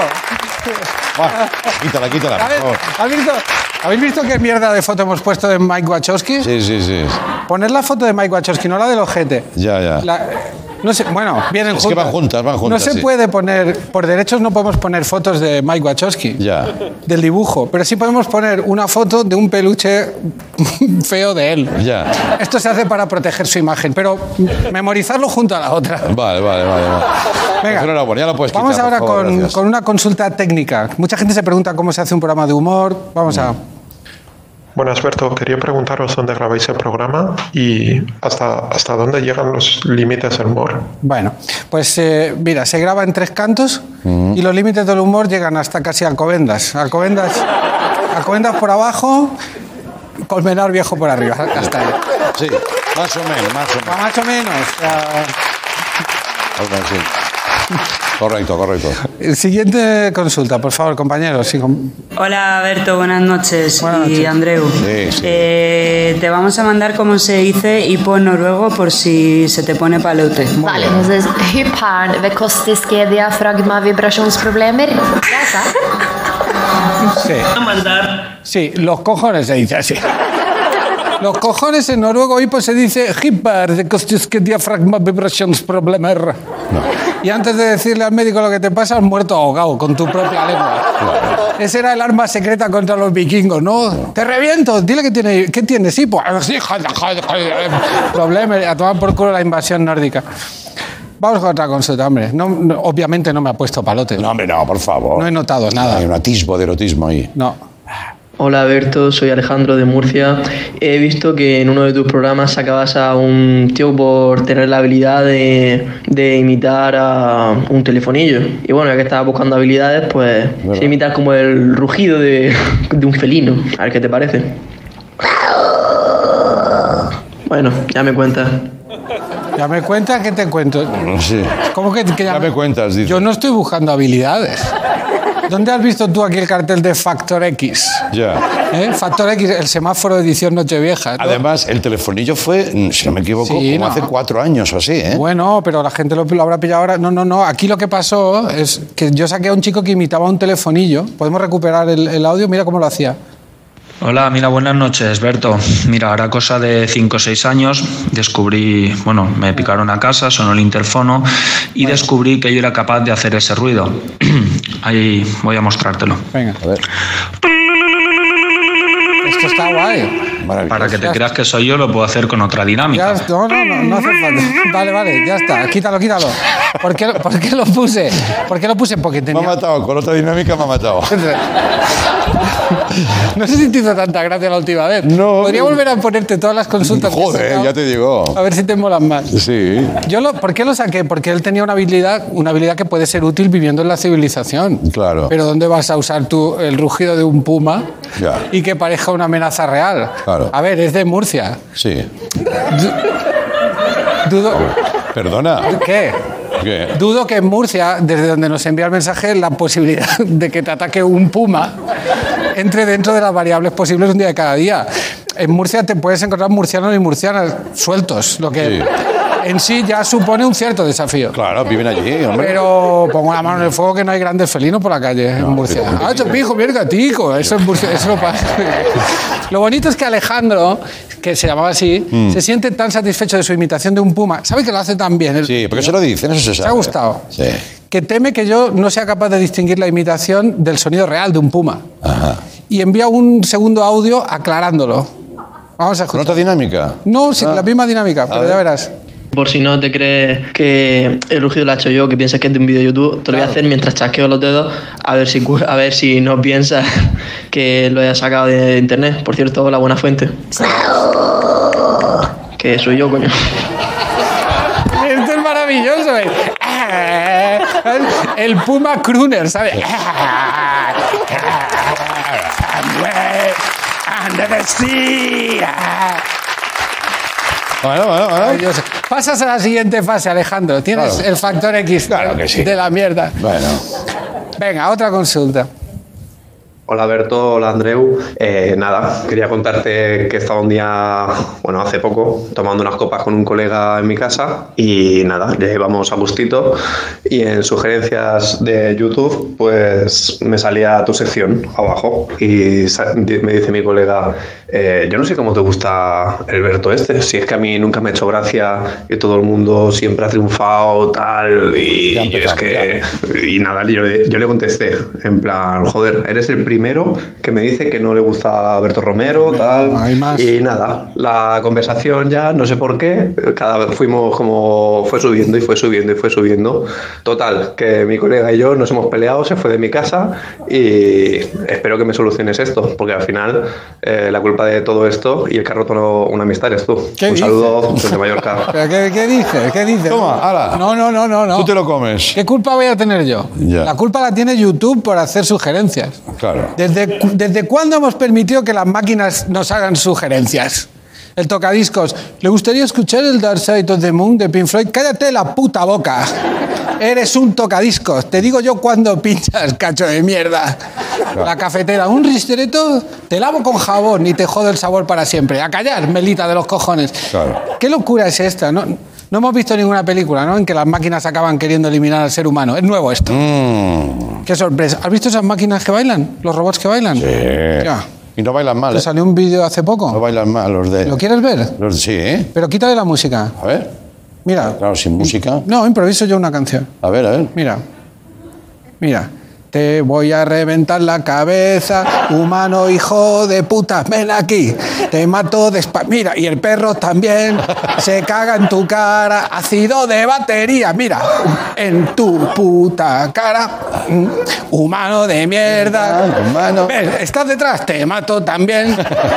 S2: Va, quítala, quítala,
S12: A
S2: por
S12: ver,
S2: favor.
S12: ¿has visto, ¿habéis visto qué mierda de foto hemos puesto de Mike Wachowski?
S2: Sí, sí, sí.
S12: Poner la foto de Mike Wachowski, no la del ojete.
S2: Ya, ya.
S12: La- no sé, bueno, vienen
S2: Es
S12: juntas.
S2: que van juntas, van juntas,
S12: No se
S2: sí.
S12: puede poner, por derechos no podemos poner fotos de Mike Wachowski.
S2: Ya.
S12: Del dibujo, pero sí podemos poner una foto de un peluche feo de él.
S2: Ya.
S12: Esto se hace para proteger su imagen, pero memorizarlo junto a la otra.
S2: Vale, vale, vale. vale.
S12: Venga.
S2: Pues enhorabuena, ya lo puedes
S12: Vamos
S2: quitar,
S12: ahora
S2: por favor,
S12: con,
S2: gracias.
S12: con una consulta técnica. Mucha gente se pregunta cómo se hace un programa de humor. Vamos a...
S16: Buenas, Berto. Quería preguntaros dónde grabáis el programa y hasta, hasta dónde llegan los límites del humor.
S12: Bueno, pues eh, mira, se graba en Tres Cantos y los límites del humor llegan hasta casi Alcobendas. Alcobendas, Alcobendas por abajo, Colmenar Viejo por arriba. Hasta ahí.
S2: Sí, más o menos, más o menos.
S12: Más o menos. ya.
S2: Algo así. Correcto, correcto.
S12: Eh, Siguiente consulta, por favor, compañeros. Sí, com-
S17: Hola Berto, buenas noches.
S12: Buenas
S17: y
S12: noches.
S17: Andreu.
S2: Sí, sí.
S17: Eh, te vamos a mandar cómo se dice hipo en noruego por si se te pone paleute.
S18: Vale, entonces hypern vekostiske diafragma vibrationsproblemer. Ya está.
S12: Sí. Sí, los cojones se dice así. Los cojones en noruego y pues se dice Hippar de kostiske diafragma vibrations problemer. No. Y antes de decirle al médico lo que te pasa, has muerto ahogado con tu propia lengua. Claro. Ese era el arma secreta contra los vikingos, ¿no? no. Te reviento, dile que tiene, ¿qué tienes? Sí, pues sí, problema, a tomar por culo la invasión nórdica. Vamos con otra consulta, hombre. No, no, obviamente no me ha puesto palote.
S2: No, hombre, no, por favor.
S12: No he notado nada.
S2: Hay un atisbo de erotismo ahí.
S12: No.
S19: Hola Berto, soy Alejandro de Murcia. He visto que en uno de tus programas sacabas a un tío por tener la habilidad de, de imitar a un telefonillo. Y bueno, ya que estaba buscando habilidades, pues se imitas como el rugido de, de un felino. A ver qué te parece. Bueno, ya me cuentas.
S12: ¿Ya me cuentas? ¿Qué te cuento?
S2: Sí.
S12: ¿Cómo que, que ya,
S2: ya me, me cuentas? Dice.
S12: Yo no estoy buscando habilidades. ¿Dónde has visto tú aquí el cartel de Factor X?
S2: Ya.
S12: ¿Eh? Factor X, el semáforo de edición Nochevieja, ¿no?
S2: Además, el telefonillo fue, si no me equivoco, sí, como no. hace cuatro años o así, ¿eh?
S12: Bueno, pero la gente lo, lo habrá pillado ahora. No, no, no. Aquí lo que pasó es que yo saqué a un chico que imitaba un telefonillo. ¿Podemos recuperar el, el audio? Mira cómo lo hacía.
S20: Hola, mira, buenas noches, Berto. Mira, ahora cosa de cinco o seis años descubrí, bueno, me picaron a casa, sonó el interfono y bueno. descubrí que yo era capaz de hacer ese ruido. Ahí voy a mostrártelo.
S12: Venga, a ver. Esto está guay.
S20: Para que te creas que soy yo, lo puedo hacer con otra dinámica.
S12: Ya, no, no, no, no hace falta. Vale, vale, ya está. Quítalo, quítalo. ¿Por qué, por qué lo puse? ¿Por qué lo puse? Porque tenía...
S2: Me ha matado, con otra dinámica me ha matado.
S12: No sé si te hizo tanta gracia la última vez.
S2: No.
S12: Podría volver a ponerte todas las consultas.
S2: Joder, ya te digo.
S12: A ver si te molan más.
S2: Sí.
S12: Yo lo, ¿Por qué lo saqué? Porque él tenía una habilidad, una habilidad que puede ser útil viviendo en la civilización.
S2: Claro.
S12: Pero ¿dónde vas a usar tú el rugido de un puma
S2: ya.
S12: y que parezca una amenaza real?
S2: Claro.
S12: A ver, es de Murcia.
S2: Sí.
S12: Dudo...
S2: Perdona.
S12: ¿Qué?
S2: ¿Qué?
S12: Dudo que en Murcia, desde donde nos envía el mensaje, la posibilidad de que te ataque un puma entre dentro de las variables posibles un día de cada día. En Murcia te puedes encontrar murcianos y murcianas sueltos, lo que... Sí. En sí ya supone un cierto desafío.
S2: Claro, viven allí, hombre.
S12: Pero pongo la mano en el fuego que no hay grandes felinos por la calle no, en Murcia. ¡Ah, chopijo, mira el gatico! Eso en Murcia, eso lo pasa. Lo bonito es que Alejandro, que se llamaba así, mm. se siente tan satisfecho de su imitación de un puma. ¿Sabe que lo hace tan bien?
S2: Sí, porque se lo dicen, eso se sabe.
S12: ¿Te ha gustado?
S2: Sí.
S12: Que teme que yo no sea capaz de distinguir la imitación del sonido real de un puma.
S2: Ajá.
S12: Y envía un segundo audio aclarándolo. Vamos a escuchar.
S2: ¿Con otra dinámica?
S12: No, sí,
S2: ah.
S12: la misma dinámica, pero ya verás.
S19: Por si no te crees que el rugido lo he hecho yo, que piensas que es de un vídeo de YouTube, te lo voy a hacer mientras chasqueo los dedos, a ver si, a ver si no piensas que lo haya sacado de internet. Por cierto, hola, buena fuente. Que soy yo, coño.
S12: Esto es maravilloso, ¿eh? El puma crooner, ¿sabes? Under the sea.
S2: Bueno, bueno, bueno.
S12: Pasas a la siguiente fase, Alejandro. Tienes claro. el factor X
S2: claro que sí.
S12: de la mierda.
S2: Bueno.
S12: Venga, otra consulta.
S21: Hola Berto, hola Andreu. Eh, nada, quería contarte que estaba un día, bueno, hace poco, tomando unas copas con un colega en mi casa y nada, ya íbamos a gustito y en sugerencias de YouTube pues me salía tu sección abajo y me dice mi colega, eh, yo no sé cómo te gusta el Berto este, si es que a mí nunca me ha hecho gracia y todo el mundo siempre ha triunfado tal y, y es que, y nada, yo, yo le contesté en plan, joder, eres el primero primero que me dice que no le gusta a Berto Romero, tal, y nada, la conversación ya, no sé por qué, cada vez fuimos como, fue subiendo y fue subiendo y fue subiendo, total, que mi colega y yo nos hemos peleado, se fue de mi casa y espero que me soluciones esto, porque al final eh, la culpa de todo esto y el que ha roto una amistad eres tú. Un
S12: dices?
S21: Saludo desde Mallorca.
S12: ¿Pero qué, qué dices? ¿Qué dices?
S2: Toma, ala.
S12: No, no, no, no, no.
S2: Tú te lo comes.
S12: ¿Qué culpa voy a tener yo?
S2: Ya.
S12: La culpa la tiene YouTube por hacer sugerencias.
S2: Claro.
S12: ¿Desde, ¿Desde cuándo hemos permitido que las máquinas nos hagan sugerencias? El tocadiscos. ¿Le gustaría escuchar el Dark Side of the Moon de Pink Floyd? ¡Cállate la puta boca! Eres un tocadiscos. Te digo yo cuando pinchas, cacho de mierda. Claro. La cafetera. Un ristereto, te lavo con jabón y te jodo el sabor para siempre. A callar, melita de los cojones.
S2: Claro.
S12: ¿Qué locura es esta? No, no hemos visto ninguna película, ¿no?, en que las máquinas acaban queriendo eliminar al ser humano. Es nuevo esto.
S2: Mm.
S12: Qué sorpresa. ¿Has visto esas máquinas que bailan? ¿Los robots que bailan?
S2: Sí.
S12: Ya.
S2: Y no bailan mal,
S12: ¿Te
S2: ¿eh?
S12: salió un vídeo hace poco?
S2: No bailan mal los de...
S12: ¿Lo quieres ver?
S2: Los, sí, ¿eh?
S12: Pero quítale la música.
S2: A ver.
S12: Mira.
S2: Claro, sin música.
S12: No, improviso yo una canción.
S2: A ver, a ver.
S12: Mira. Mira. Te voy a reventar la cabeza, humano hijo de puta, ven aquí, te mato de espa... Mira, y el perro también se caga en tu cara, ácido de batería, mira, en tu puta cara, humano de mierda.
S2: Humano.
S12: Ven, estás detrás, te mato también,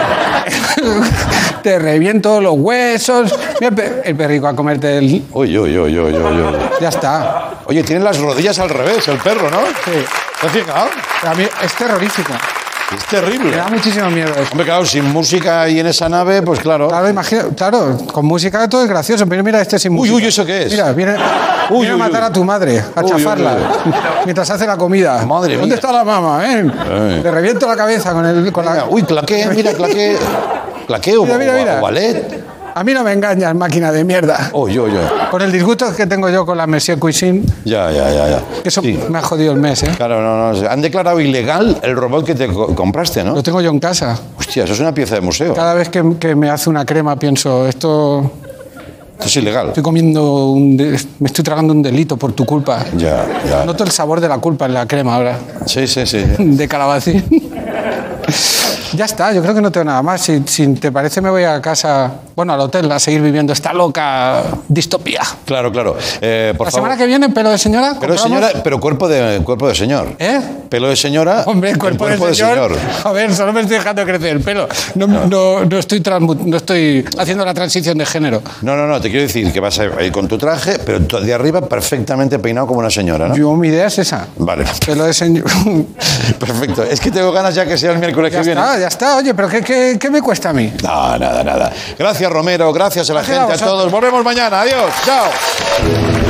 S12: te reviento los huesos. Mira, el perrico a comerte el...
S2: Uy, uy, uy, uy, uy, uy.
S12: Ya está.
S2: Oye, tiene las rodillas al revés, el perro, ¿no?
S12: Sí.
S2: ¿Te has fijado?
S12: A mí es terrorífico.
S2: Es terrible.
S12: Me da muchísimo miedo eso.
S2: Hombre, claro, sin música y en esa nave, pues claro.
S12: Claro, imagina, claro, con música todo es gracioso, pero mira este sin
S2: Uy,
S12: música.
S2: uy, ¿eso qué es?
S12: Mira, viene,
S2: Uy,
S12: viene
S2: uy,
S12: a matar
S2: uy.
S12: a tu madre, a
S2: Uy,
S12: chafarla,
S2: uy, uy.
S12: mientras hace la comida.
S2: Madre
S12: ¿Dónde
S2: mía.
S12: está la mamá, eh?
S2: Ay.
S12: Le reviento la cabeza con el... Con la...
S2: Uy, claqué, mira, claqué. Claqué o,
S12: Mira, mira, mira.
S2: o ballet.
S12: A mí no me engañas, máquina de mierda.
S2: Uy, uy, uy.
S12: Con el disgusto que tengo yo con la Monsieur Cuisine,
S2: Ya, ya, ya, ya.
S12: que eso
S2: Sí.
S12: me ha jodido el mes, ¿eh?
S2: Claro, no, no. Han declarado ilegal el robot que te co- compraste, ¿no?
S12: Lo tengo yo en casa.
S2: Hostia, eso es una pieza de museo.
S12: Cada vez que, que me hace una crema pienso, esto...
S2: Esto es ilegal.
S12: Estoy comiendo un... de- me estoy tragando un delito por tu culpa.
S2: Ya, ya.
S12: Noto el sabor de la culpa en la crema ahora.
S2: Sí, sí, sí.
S12: De calabacín. Ya está, yo creo que no tengo nada más. Si, si te parece, me voy a casa, bueno, al hotel, a seguir viviendo esta loca distopía.
S2: Claro, claro. Eh, por
S12: La
S2: favor.
S12: semana que viene, pelo de señora.
S2: Pero
S12: ¿compramos?
S2: señora, pero cuerpo de cuerpo de señor.
S12: ¿Eh?
S2: Pelo de señora.
S12: Hombre,
S2: en
S12: cuerpo, de, señor. A ver, solo me estoy dejando crecer el pelo. No, no, no, estoy transmu- no estoy haciendo la transición de género.
S2: No, no, no, te quiero decir que vas a ir con tu traje, pero tú de arriba perfectamente peinado como una señora, ¿no?
S12: Yo, mi idea es esa.
S2: Vale.
S12: Pelo de señor.
S2: Perfecto. Es que tengo ganas ya que sea el miércoles
S12: Ya
S2: que viene.
S12: está, ya está. Oye, pero ¿qué, qué, qué me cuesta a mí?
S2: No, nada, nada. Gracias, Romero. Gracias a la
S12: Gracias a
S2: gente, a
S12: vosotros.
S2: todos. Volvemos mañana. Adiós. Chao.